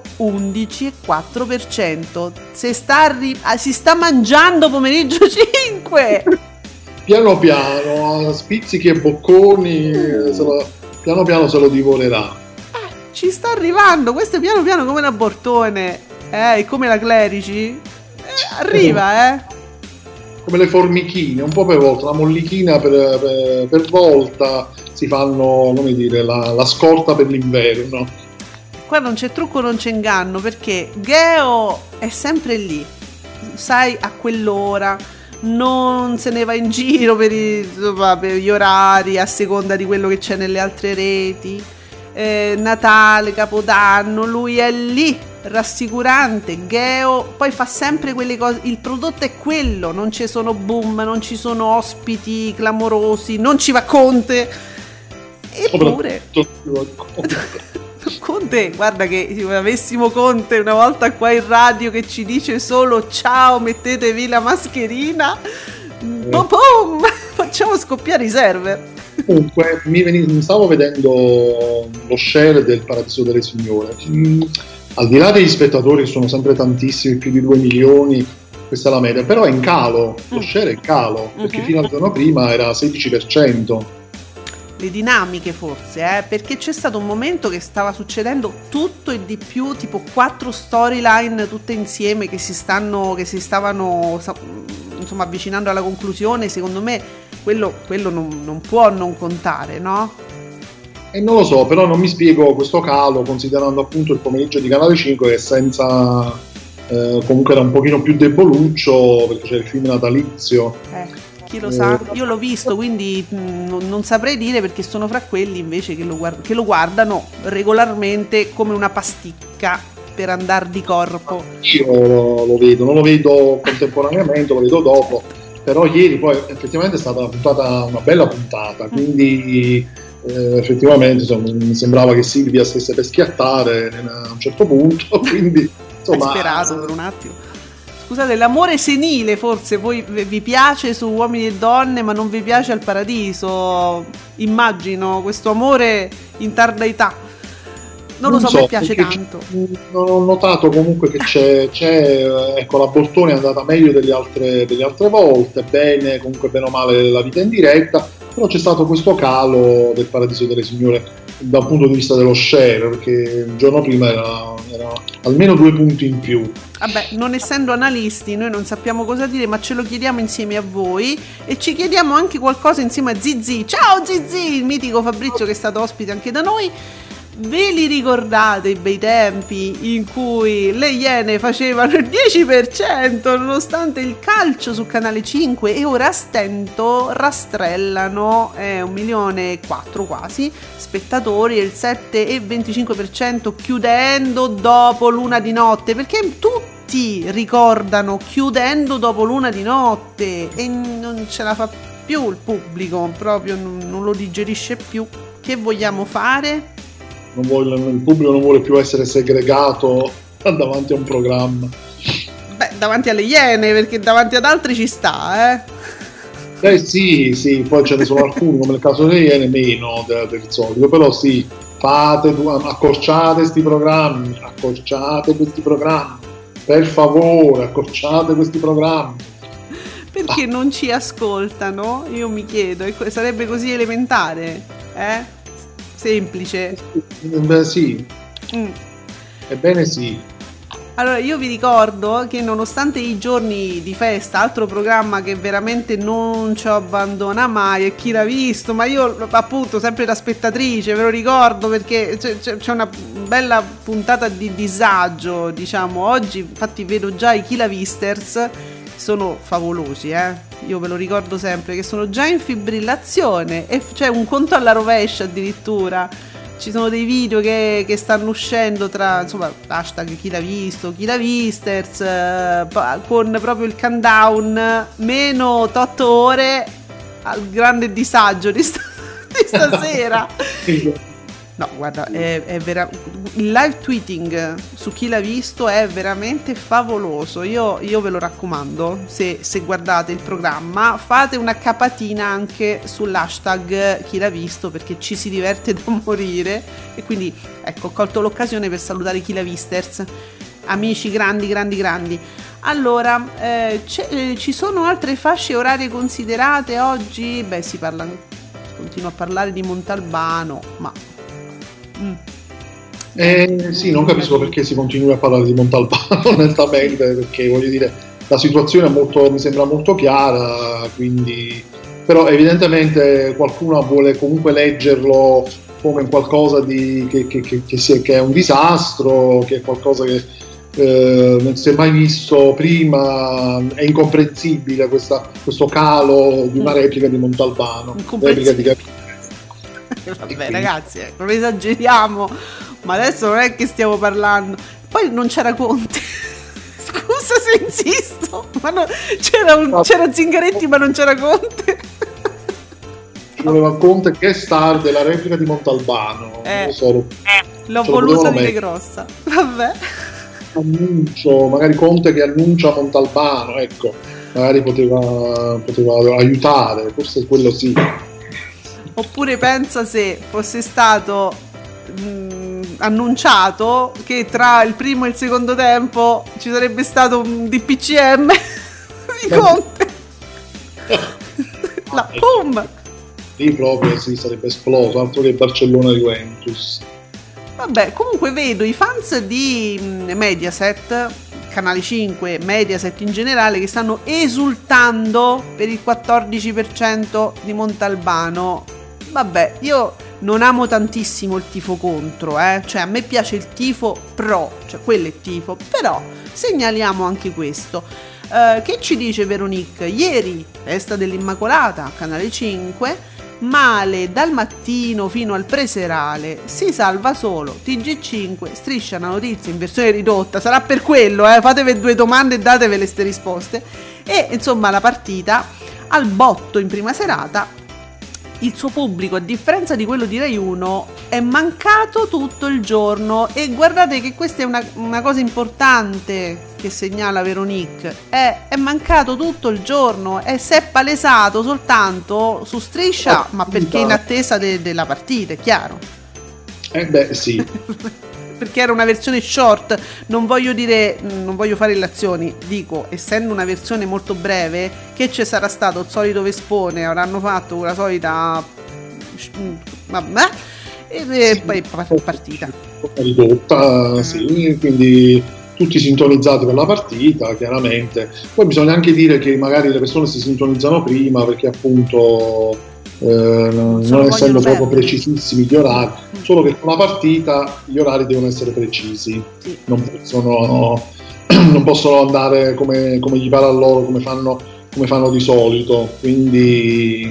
11,4%. Si sta mangiando Pomeriggio 5. Piano piano, spizzichi e bocconi, piano piano se lo divorerà. Ci sta arrivando, questo è piano piano come la Bortone, come la Clerici. Arriva, Come le formichine, un po' per volta, una mollichina per volta, si fanno, come dire, la scorta per l'inverno. Qua non c'è trucco, non c'è inganno, perché Geo è sempre lì, sai, a quell'ora, non se ne va in giro per gli orari a seconda di quello che c'è nelle altre reti. Natale, Capodanno, lui è lì, rassicurante. Geo poi fa sempre quelle cose, il prodotto è quello, non ci sono boom, non ci sono ospiti clamorosi, non ci va Conte, eppure Conte, guarda che se avessimo Conte una volta qua in radio che ci dice solo ciao, mettetevi la mascherina, facciamo scoppiare i server. Comunque mi stavo vedendo lo share del Paradiso delle Signore. Al di là degli spettatori, sono sempre tantissimi, più di 2 milioni, questa è la media, però è in calo, lo share è in calo, perché fino al giorno prima era 16%. Le dinamiche forse, perché c'è stato un momento che stava succedendo tutto e di più, tipo 4 storyline tutte insieme che si stavano insomma avvicinando alla conclusione. Secondo me quello non può non contare, no? E non lo so, però non mi spiego questo calo, considerando appunto il pomeriggio di Canale 5 che senza comunque era un pochino più deboluccio, perché c'è il film natalizio. Chi lo sa? Io l'ho visto, quindi non saprei dire, perché sono fra quelli invece che lo guardano regolarmente come una pasticca per andare di corpo. Io lo vedo, non lo vedo contemporaneamente, lo vedo dopo, però ieri poi effettivamente è stata una bella puntata, quindi effettivamente insomma, mi sembrava che Silvia stesse per schiattare a un certo punto, quindi insomma... Hai sperato per un attimo. Scusate, l'amore senile forse voi vi piace su Uomini e Donne, ma non vi piace al Paradiso, immagino, questo amore in tarda età. Non lo so, a me piace tanto. Ho notato comunque che c'è ecco, la Bortone è andata meglio delle altre volte, bene o male La Vita in Diretta, però c'è stato questo calo del Paradiso delle Signore dal punto di vista dello share, perché il giorno prima era almeno 2 punti in più. Vabbè, non essendo analisti noi non sappiamo cosa dire, ma ce lo chiediamo insieme a voi e ci chiediamo anche qualcosa insieme a Zizi. Ciao Zizi, il mitico Fabrizio che è stato ospite anche da noi. Ve li ricordate i bei tempi in cui le Iene facevano il 10% nonostante il calcio su Canale 5 e ora a stento rastrellano 1,4 milioni quasi spettatori e il 7,25% chiudendo dopo l'una di notte, perché tutti ricordano chiudendo dopo l'una di notte e non ce la fa più il pubblico, proprio non lo digerisce più. Che vogliamo fare? Il pubblico non vuole più essere segregato davanti a un programma. Beh, davanti alle Iene, perché davanti ad altri ci sta, sì, poi ce ne sono alcuni, come nel caso delle Iene, meno del solito, però sì, accorciate questi programmi, per favore, accorciate questi programmi. Perché non ci ascoltano? Io mi chiedo, sarebbe così elementare, semplice. Beh, sì. Ebbene sì. Allora io vi ricordo che nonostante i giorni di festa, altro programma che veramente non ci abbandona mai, e chi l'ha visto, ma io appunto sempre da spettatrice ve lo ricordo, perché c'è una bella puntata di disagio, diciamo oggi, infatti vedo già i Chi l'ha visters, sono favolosi, io ve lo ricordo sempre, che sono già in fibrillazione e c'è un conto alla rovescia addirittura. Ci sono dei video che stanno uscendo tra, insomma, hashtag chi l'ha visto, chi l'ha visters, con proprio il countdown, meno 8 ore al grande disagio di stasera. No, guarda, il live tweeting su chi l'ha visto è veramente favoloso. Io ve lo raccomando, se guardate il programma, fate una capatina anche sull'hashtag chi l'ha visto, perché ci si diverte da morire. E quindi, ecco, ho colto l'occasione per salutare chi l'ha visters, amici grandi. Allora, ci sono altre fasce orarie considerate oggi? Beh, continua a parlare di Montalbano, ma... sì, non capisco perché si continui a parlare di Montalbano, onestamente, perché voglio dire, la situazione mi sembra molto chiara, quindi, però evidentemente qualcuno vuole comunque leggerlo come qualcosa che è un disastro, che è qualcosa che non si è mai visto prima, è incomprensibile questo calo di una replica di Montalbano, replica di Vabbè ragazzi, non esageriamo, ma adesso non è che stiamo parlando. Poi non c'era Conte. Scusa se insisto, ma c'era Zingaretti ma non c'era Conte. Ci voleva Conte che star della replica di Montalbano. L'ho voluta dire grossa. Vabbè. Annuncio, magari Conte che annuncia Montalbano, ecco, magari poteva aiutare, forse quello sì. Oppure pensa se fosse stato annunciato che tra il primo e il secondo tempo ci sarebbe stato un DPCM di Conte. Boom! Lì proprio si sarebbe esploso, altro che Barcellona-Juventus. Vabbè, comunque vedo i fans di Mediaset, Canale 5, Mediaset in generale, che stanno esultando per il 14% di Montalbano. Vabbè, io non amo tantissimo il tifo contro, cioè a me piace il tifo pro, cioè quello è tifo, però segnaliamo anche questo. Che ci dice Veronique? Ieri, festa dell'Immacolata, Canale 5, male dal mattino fino al preserale, si salva solo TG5, Striscia la notizia in versione ridotta, sarà per quello, fatevi 2 domande e datevi le ste risposte. E insomma la partita al botto in prima serata. Il suo pubblico, a differenza di quello di Rai 1, è mancato tutto il giorno, e guardate che questa è una cosa importante che segnala Veronique, è mancato tutto il giorno e si è palesato soltanto su Striscia, ma perché in attesa della partita, è chiaro? Beh sì. Perché era una versione short, non voglio fare illazioni, dico, essendo una versione molto breve, che ci sarà stato il solito vespone, avranno fatto la solita vabbè, e poi partita ridotta, sì, quindi tutti sintonizzati per la partita, chiaramente. Poi bisogna anche dire che magari le persone si sintonizzano prima perché appunto non essendo proprio precisissimi gli orari, solo che con la partita gli orari devono essere precisi, sì. Non possono andare come gli pare a loro, come fanno di solito, quindi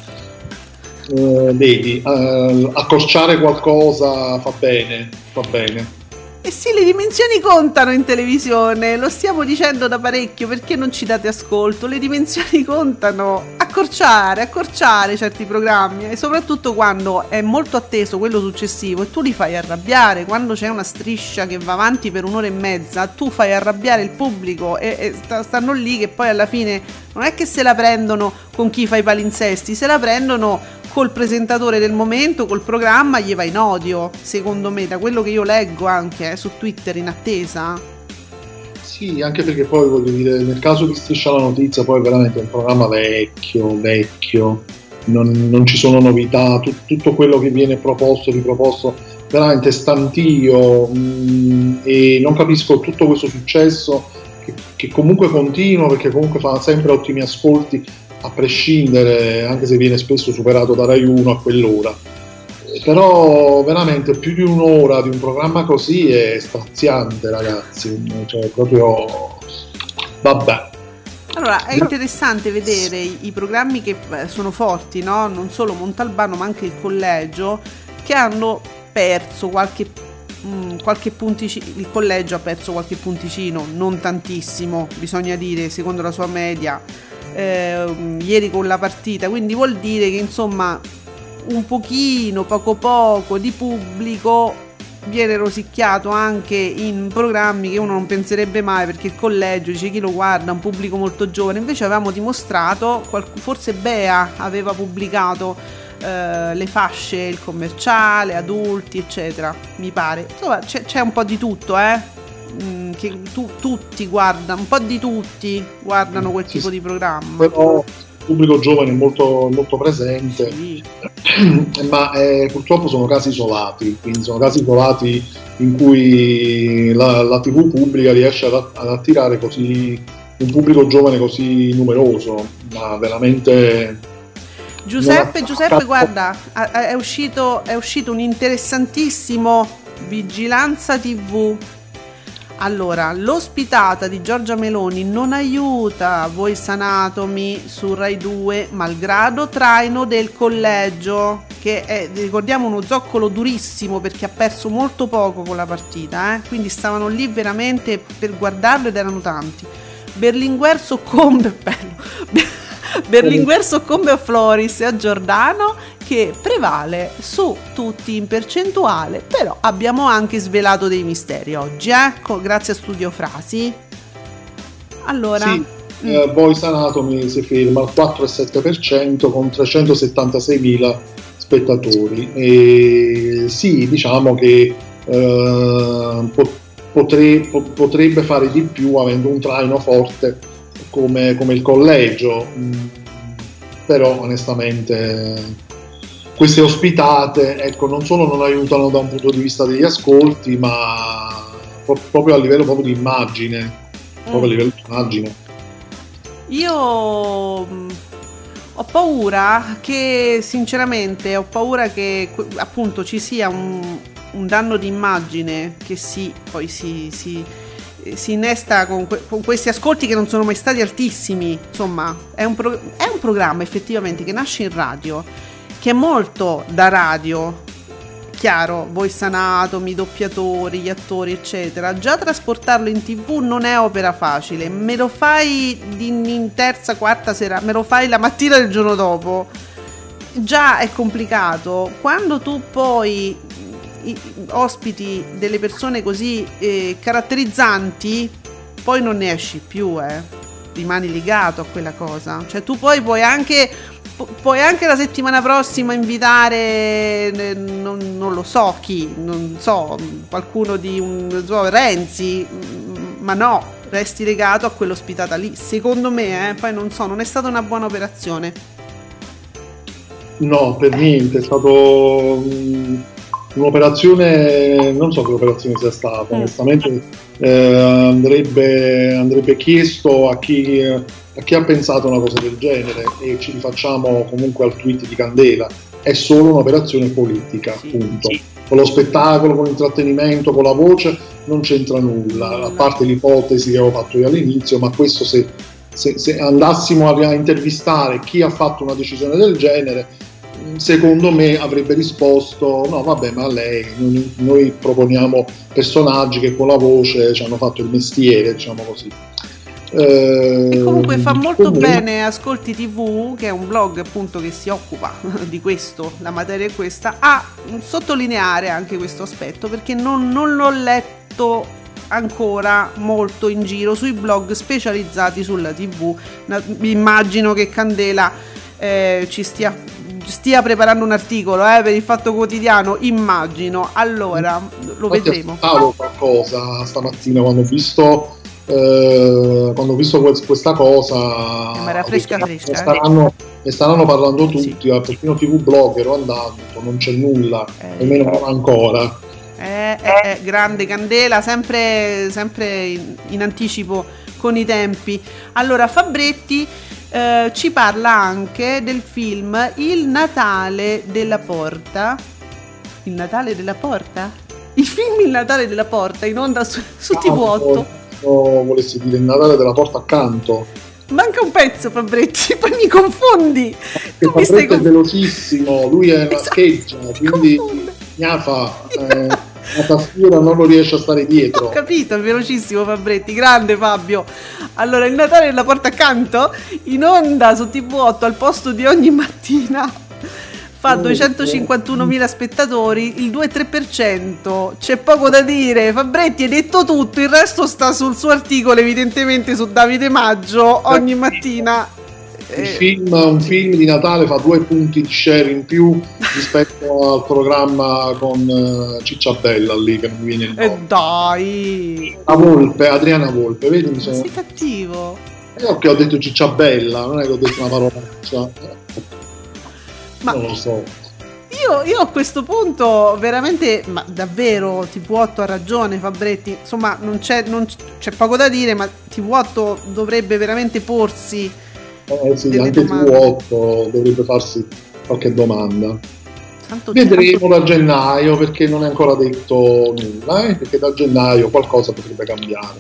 vedi, accorciare qualcosa fa bene. E sì, le dimensioni contano in televisione, lo stiamo dicendo da parecchio, perché non ci date ascolto? Le dimensioni contano, accorciare certi programmi, e soprattutto quando è molto atteso quello successivo e tu li fai arrabbiare. Quando c'è una striscia che va avanti per 1 ora e mezza, tu fai arrabbiare il pubblico e stanno lì che poi alla fine non è che se la prendono con chi fa i palinsesti, se la prendono col presentatore del momento, col programma, gli va in odio, secondo me, da quello che io leggo anche su Twitter in attesa. Sì, anche perché poi voglio dire, nel caso di Striscia la notizia, poi è veramente un programma vecchio, non ci sono novità, tutto quello che viene riproposto veramente stantio, e non capisco tutto questo successo che comunque continua, perché comunque fa sempre ottimi ascolti a prescindere, anche se viene spesso superato da Rai 1 a quell'ora. Però veramente più di 1 ora di un programma così è straziante, ragazzi, cioè proprio vabbè. Allora, è interessante vedere i programmi che sono forti, no? Non solo Montalbano, ma anche il Collegio, che hanno perso qualche punticino. Il Collegio ha perso qualche punticino, non tantissimo, bisogna dire, secondo la sua media, ieri con la partita. Quindi vuol dire che, insomma, un pochino, poco di pubblico viene rosicchiato anche in programmi che uno non penserebbe mai, perché il Collegio, dice, chi lo guarda, un pubblico molto giovane. Invece avevamo dimostrato, forse Bea aveva pubblicato le fasce, il commerciale, adulti, eccetera, mi pare. Insomma, c'è un po' di tutto, che tutti guardano, un po' di tutti guardano quel tipo di programma. Però il pubblico giovane è molto, molto presente, sì. Ma purtroppo sono casi isolati, quindi sono casi isolati in cui la TV pubblica riesce ad attirare così un pubblico giovane così numeroso, ma veramente... Giuseppe, guarda, è uscito un interessantissimo Vigilanza TV. Allora, l'ospitata di Giorgia Meloni non aiuta Voice Anatomy su Rai 2, malgrado traino del Collegio, che è, ricordiamo, uno zoccolo durissimo perché ha perso molto poco con la partita, quindi stavano lì veramente per guardarlo ed erano tanti. Berlinguer soccombe a Floris e a Giordano, che prevale su tutti in percentuale, però abbiamo anche svelato dei misteri oggi, grazie a Studio Frasi. Allora, sì, Voice Anatomy si ferma al 4,7% con 376.000 spettatori, e sì, diciamo che potrebbe fare di più avendo un traino forte come il Collegio, però onestamente queste ospitate, ecco, non solo non aiutano da un punto di vista degli ascolti, ma proprio a livello proprio di immagine, Io ho paura che, sinceramente, appunto ci sia un danno di immagine che poi si innesta con questi ascolti che non sono mai stati altissimi. Insomma, è un programma effettivamente che nasce in radio, che è molto da radio, chiaro, Voice Anatomy, doppiatori, gli attori, eccetera. Già trasportarlo in TV non è opera facile. Me lo fai in terza, quarta sera, me lo fai la mattina del giorno dopo, già è complicato. Quando tu poi ospiti delle persone così caratterizzanti, poi non ne esci più, rimani legato a quella cosa. Cioè tu poi puoi anche la settimana prossima invitare non lo so chi, non so, qualcuno di Renzi, ma no, resti legato a quell'ospitata lì, secondo me, poi non so, non è stata una buona operazione. No, per niente, è stato un'operazione, non so che operazione sia stata, onestamente andrebbe chiesto a chi ha pensato una cosa del genere, e ci rifacciamo comunque al tweet di Candela: è solo un'operazione politica, sì, punto. Sì. Con lo spettacolo, con l'intrattenimento, con la voce non c'entra nulla, a parte l'ipotesi che avevo fatto io all'inizio, ma questo se andassimo a intervistare chi ha fatto una decisione del genere, secondo me avrebbe risposto: no vabbè, ma lei, noi proponiamo personaggi che con la voce ci hanno fatto il mestiere, diciamo così. E comunque fa molto bene Ascolti TV, che è un blog appunto che si occupa di questo, la materia è questa, a sottolineare anche questo aspetto, perché non l'ho letto ancora molto in giro sui blog specializzati sulla TV. Immagino che Candela ci stia preparando un articolo per il Fatto Quotidiano, immagino. Allora lo vedremo. Aspettavo qualcosa stamattina quando ho visto questa cosa, ma era fresca. Ne staranno parlando tutti, sì. Perfino TV Blog ero andato, non c'è nulla, almeno ancora. Grande Candela, sempre in anticipo con i tempi. Allora Fabretti ci parla anche del film Il Natale della Porta. Il Natale della Porta? Il film Il Natale della Porta, in onda su TV8. Volessi dire Il Natale della Porta accanto. Manca un pezzo, Fabretti, poi mi confondi. Perché Fabretti è velocissimo, lui è una scheggia, quindi gnafa, la tastiera non lo riesce a stare dietro. Ho capito, è velocissimo Fabretti, grande Fabio. Allora, il Natale nella porta accanto, in onda su TV8 al posto di ogni mattina, fa 251.000 spettatori, il 2,3%. C'è poco da dire, Fabretti hai detto tutto, il resto sta sul suo articolo, evidentemente su Davide Maggio, ogni mattina. Un film di Natale fa 2 punti di share in più rispetto al programma con Cicciabella lì, che non mi viene il nome. Dai! Adriana Volpe, vedi? Mi sono... Sei cattivo. Che ho detto Cicciabella, non è che ho detto una parolaccia. Ma non lo so. Io a questo punto veramente, ma davvero TV8 ha ragione, Fabretti, insomma non c'è poco da dire, ma TV8 dovrebbe veramente porsi sì, anche TV8 dovrebbe farsi qualche domanda. Santo Vedremo da gennaio, perché non è ancora detto nulla, perché da gennaio qualcosa potrebbe cambiare.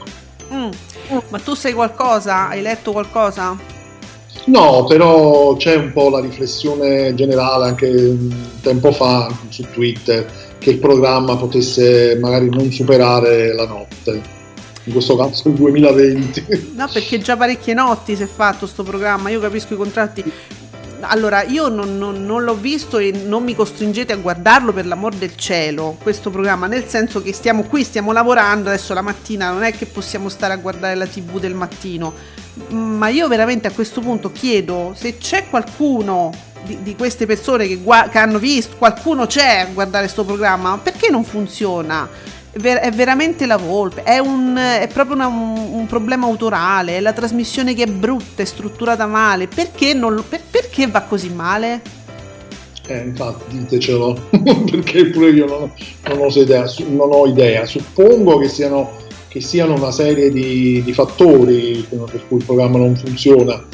Ma tu sai qualcosa? Hai letto qualcosa? No, però c'è un po' la riflessione generale anche un tempo fa su Twitter che il programma potesse magari non superare la notte, in questo caso il 2020. No, perché già parecchie notti si è fatto sto programma, io capisco i contratti. Allora, io non l'ho visto e non mi costringete a guardarlo, per l'amor del cielo, questo programma, nel senso che stiamo qui, stiamo lavorando, adesso la mattina non è che possiamo stare a guardare la TV del mattino, ma io veramente a questo punto chiedo se c'è qualcuno di queste persone che hanno visto, qualcuno c'è a guardare sto programma, perché non funziona? È veramente la Volpe, è proprio un problema autorale, è la trasmissione che è brutta, è strutturata male, perché va così male? Infatti ditecelo, perché pure io non ho idea, suppongo che siano una serie di fattori per cui il programma non funziona,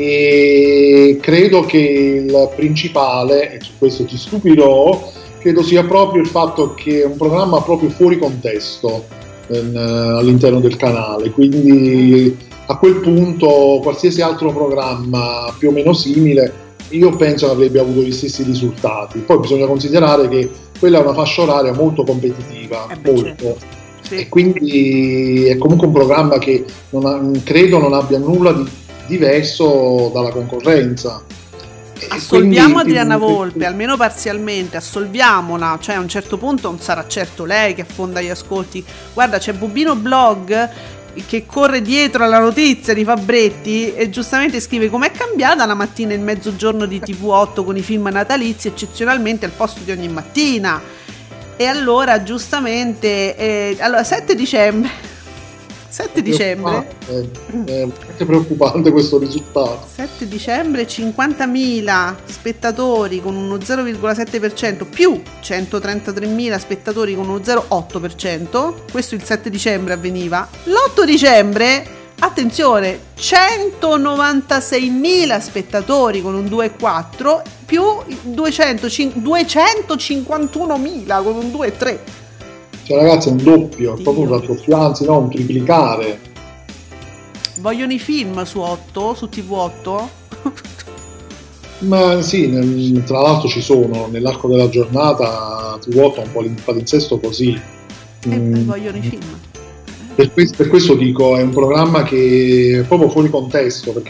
e credo che il principale, e su questo ti stupirò, credo sia proprio il fatto che è un programma proprio fuori contesto all'interno del canale, quindi a quel punto qualsiasi altro programma più o meno simile io penso che avrebbe avuto gli stessi risultati. Poi bisogna considerare che quella è una fascia oraria molto competitiva, molto. Sì. E quindi è comunque un programma che credo non abbia nulla di diverso dalla concorrenza. Assolviamo Adriana Volpe, almeno parzialmente, assolviamola, cioè a un certo punto non sarà certo lei che affonda gli ascolti. Guarda, c'è Bubino Blog che corre dietro alla notizia di Fabretti e giustamente scrive: com'è cambiata la mattina e il mezzogiorno di TV8 con i film natalizi eccezionalmente al posto di ogni mattina. E allora giustamente 7 dicembre è preoccupante questo risultato. 7 dicembre 50.000 spettatori con uno 0,7% più 133.000 spettatori con uno 0,8%. Questo il 7 dicembre avveniva. L'8 dicembre, attenzione, 196.000 spettatori con un 2,4 più 251.000 con un 2,3. Cioè ragazzi è un doppio, è proprio un raddoppio, anzi no, un triplicare. Vogliono i film su TV8? Ma sì, tra l'altro ci sono, nell'arco della giornata TV8 ha un po' il palinsesto così. Vogliono i film. Per questo dico, è un programma che è proprio fuori contesto, perché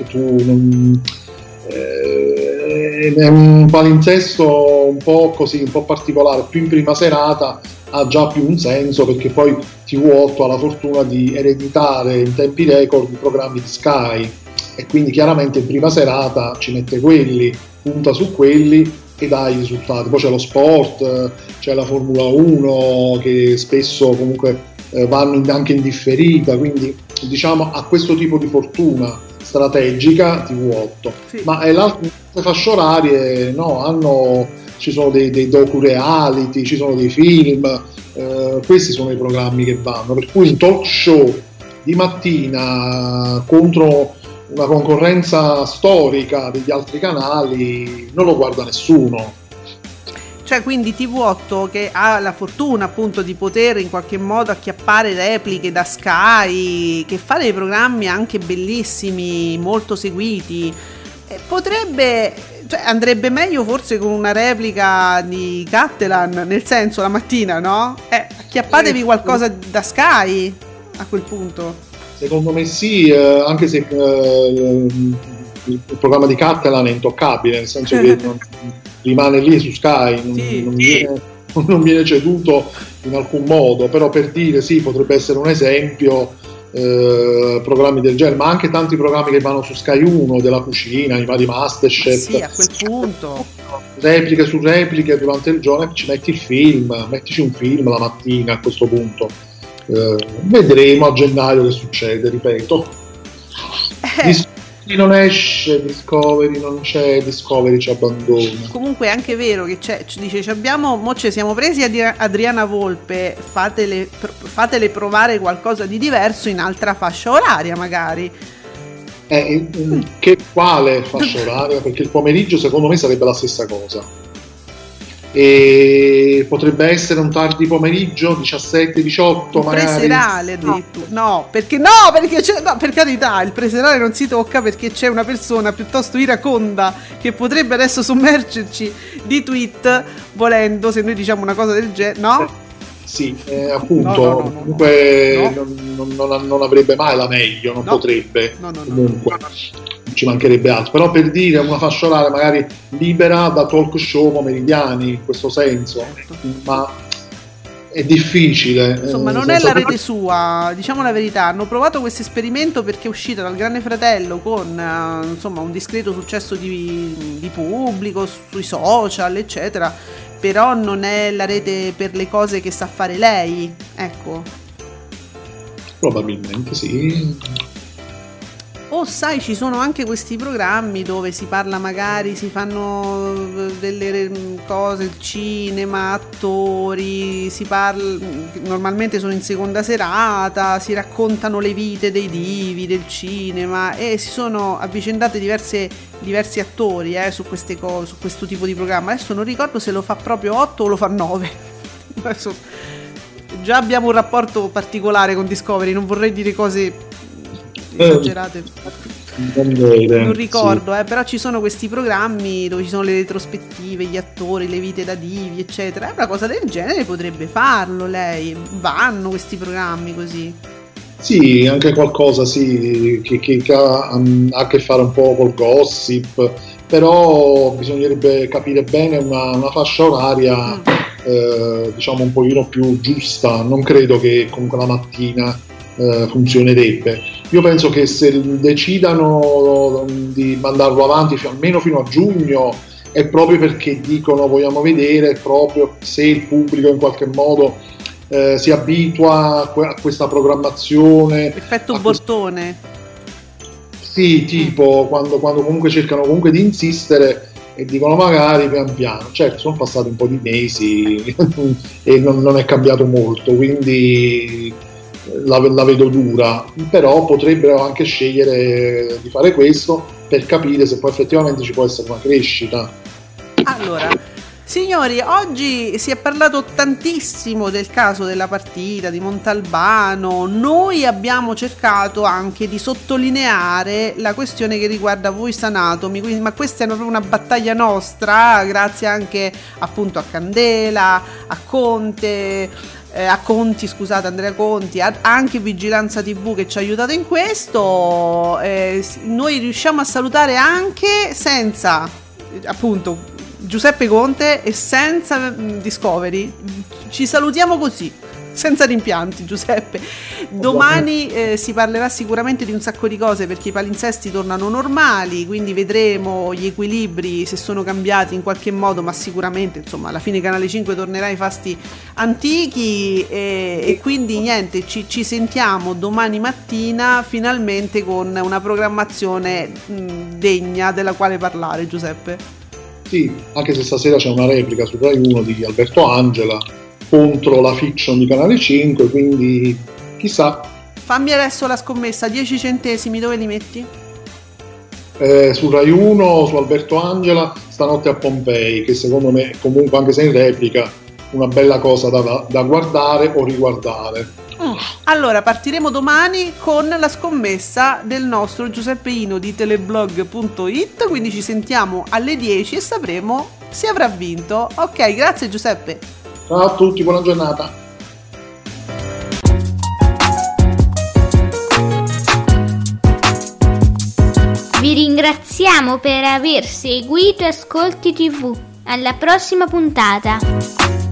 è un palinsesto un po' così, un po' particolare, più in prima serata ha già più un senso, perché poi TV8 ha la fortuna di ereditare in tempi record i programmi di Sky e quindi chiaramente in prima serata ci mette quelli, punta su quelli e dà i risultati. Poi c'è lo sport, c'è la Formula 1 che spesso comunque vanno anche in differita, quindi diciamo ha questo tipo di fortuna strategica TV8, sì. Ma le altre fasce orarie no, ci sono dei docu-reality, ci sono dei film, questi sono i programmi che vanno, per cui un talk show di mattina contro una concorrenza storica degli altri canali non lo guarda nessuno. Cioè, quindi TV8 che ha la fortuna appunto di poter in qualche modo acchiappare repliche da Sky, che fa dei programmi anche bellissimi, molto seguiti, potrebbe, cioè, andrebbe meglio forse con una replica di Catalan, nel senso la mattina, no? Acchiappatevi qualcosa da Sky a quel punto. Secondo me sì, anche se il programma di Catalan è intoccabile, nel senso che rimane lì su Sky, non viene ceduto in alcun modo, però per dire sì, potrebbe essere un esempio, programmi del genere, ma anche tanti programmi che vanno su Sky 1 della cucina, i vari Masterchef. Sì, a quel punto. Repliche su repliche durante il giorno, ci metti il film, mettici un film la mattina a questo punto. Vedremo a gennaio che succede, ripeto. Non esce Discovery, non c'è Discovery, ci abbandona. Comunque è anche vero che dice ci siamo presi Adriana Volpe, fatele provare qualcosa di diverso in altra fascia oraria magari. Che quale fascia oraria? Perché il pomeriggio secondo me sarebbe la stessa cosa. E potrebbe essere un tardi pomeriggio 17-18 magari, preserale addirittura. No, perché c'è, no, per carità, il preserale non si tocca perché c'è una persona piuttosto iraconda che potrebbe adesso sommergerci di tweet volendo, se noi diciamo una cosa del genere, no? Sì, appunto, comunque non avrebbe mai la meglio, non potrebbe, comunque. Ci mancherebbe altro, però per dire una fascia oraria magari libera da talk show pomeridiani in questo senso, ma è difficile. Insomma, non è la rete sua, diciamo la verità. Hanno provato questo esperimento perché è uscita dal Grande Fratello con insomma un discreto successo di pubblico sui social, eccetera, però non è la rete per le cose che sa fare lei, ecco. Probabilmente sì. O sai, ci sono anche questi programmi dove si parla, magari si fanno delle cose, il cinema, attori, si parla, normalmente sono in seconda serata, si raccontano le vite dei divi del cinema e si sono avvicendate diversi attori su queste cose, su questo tipo di programma. Adesso non ricordo se lo fa proprio 8 o lo fa 9. Adesso già abbiamo un rapporto particolare con Discovery, non vorrei dire cose esagerate, non ricordo, sì. Però ci sono questi programmi dove ci sono le retrospettive, gli attori, le vite da divi, eccetera. Una cosa del genere potrebbe farlo lei. Vanno questi programmi così? Sì, anche qualcosa sì, che ha a che fare un po' col gossip, però bisognerebbe capire bene una fascia oraria diciamo un pochino più giusta. Non credo che comunque la mattina funzionerebbe. Io penso che se decidano di mandarlo avanti almeno fino a giugno è proprio perché dicono vogliamo vedere proprio se il pubblico in qualche modo si abitua a questa programmazione, effetto Bortone. Sì, tipo quando comunque cercano comunque di insistere e dicono magari pian piano. Certo, sono passati un po' di mesi e non è cambiato molto, quindi la vedo dura, però potrebbero anche scegliere di fare questo per capire se poi effettivamente ci può essere una crescita. Allora, signori, oggi si è parlato tantissimo del caso della partita di Montalbano. Noi abbiamo cercato anche di sottolineare la questione che riguarda Voice Anatomy, quindi, ma questa è proprio una battaglia nostra, grazie anche appunto a Candela, a Conti, scusate, Andrea Conti, anche Vigilanza TV che ci ha aiutato in questo. Noi riusciamo a salutare anche senza appunto Giuseppe Conte e senza Discovery. Ci salutiamo così, senza rimpianti, Giuseppe. Domani si parlerà sicuramente di un sacco di cose perché i palinsesti tornano normali, quindi vedremo gli equilibri se sono cambiati in qualche modo, ma sicuramente insomma alla fine Canale 5 tornerà ai fasti antichi e quindi niente, ci sentiamo domani mattina finalmente con una programmazione degna della quale parlare, Giuseppe. Sì, anche se stasera c'è una replica su Rai 1 di Alberto Angela contro la fiction di Canale 5, quindi chissà. Fammi adesso la scommessa, 10 centesimi, dove li metti? su Rai 1, su Alberto Angela, Stanotte a Pompei, che secondo me comunque, anche se in replica, una bella cosa da guardare o riguardare. Allora partiremo domani con la scommessa del nostro Giuseppe Ino di teleblog.it, quindi ci sentiamo alle 10 e sapremo se avrà vinto. Ok, grazie Giuseppe. Ciao a tutti, buona giornata. Vi ringraziamo per aver seguito Ascolti TV. Alla prossima puntata.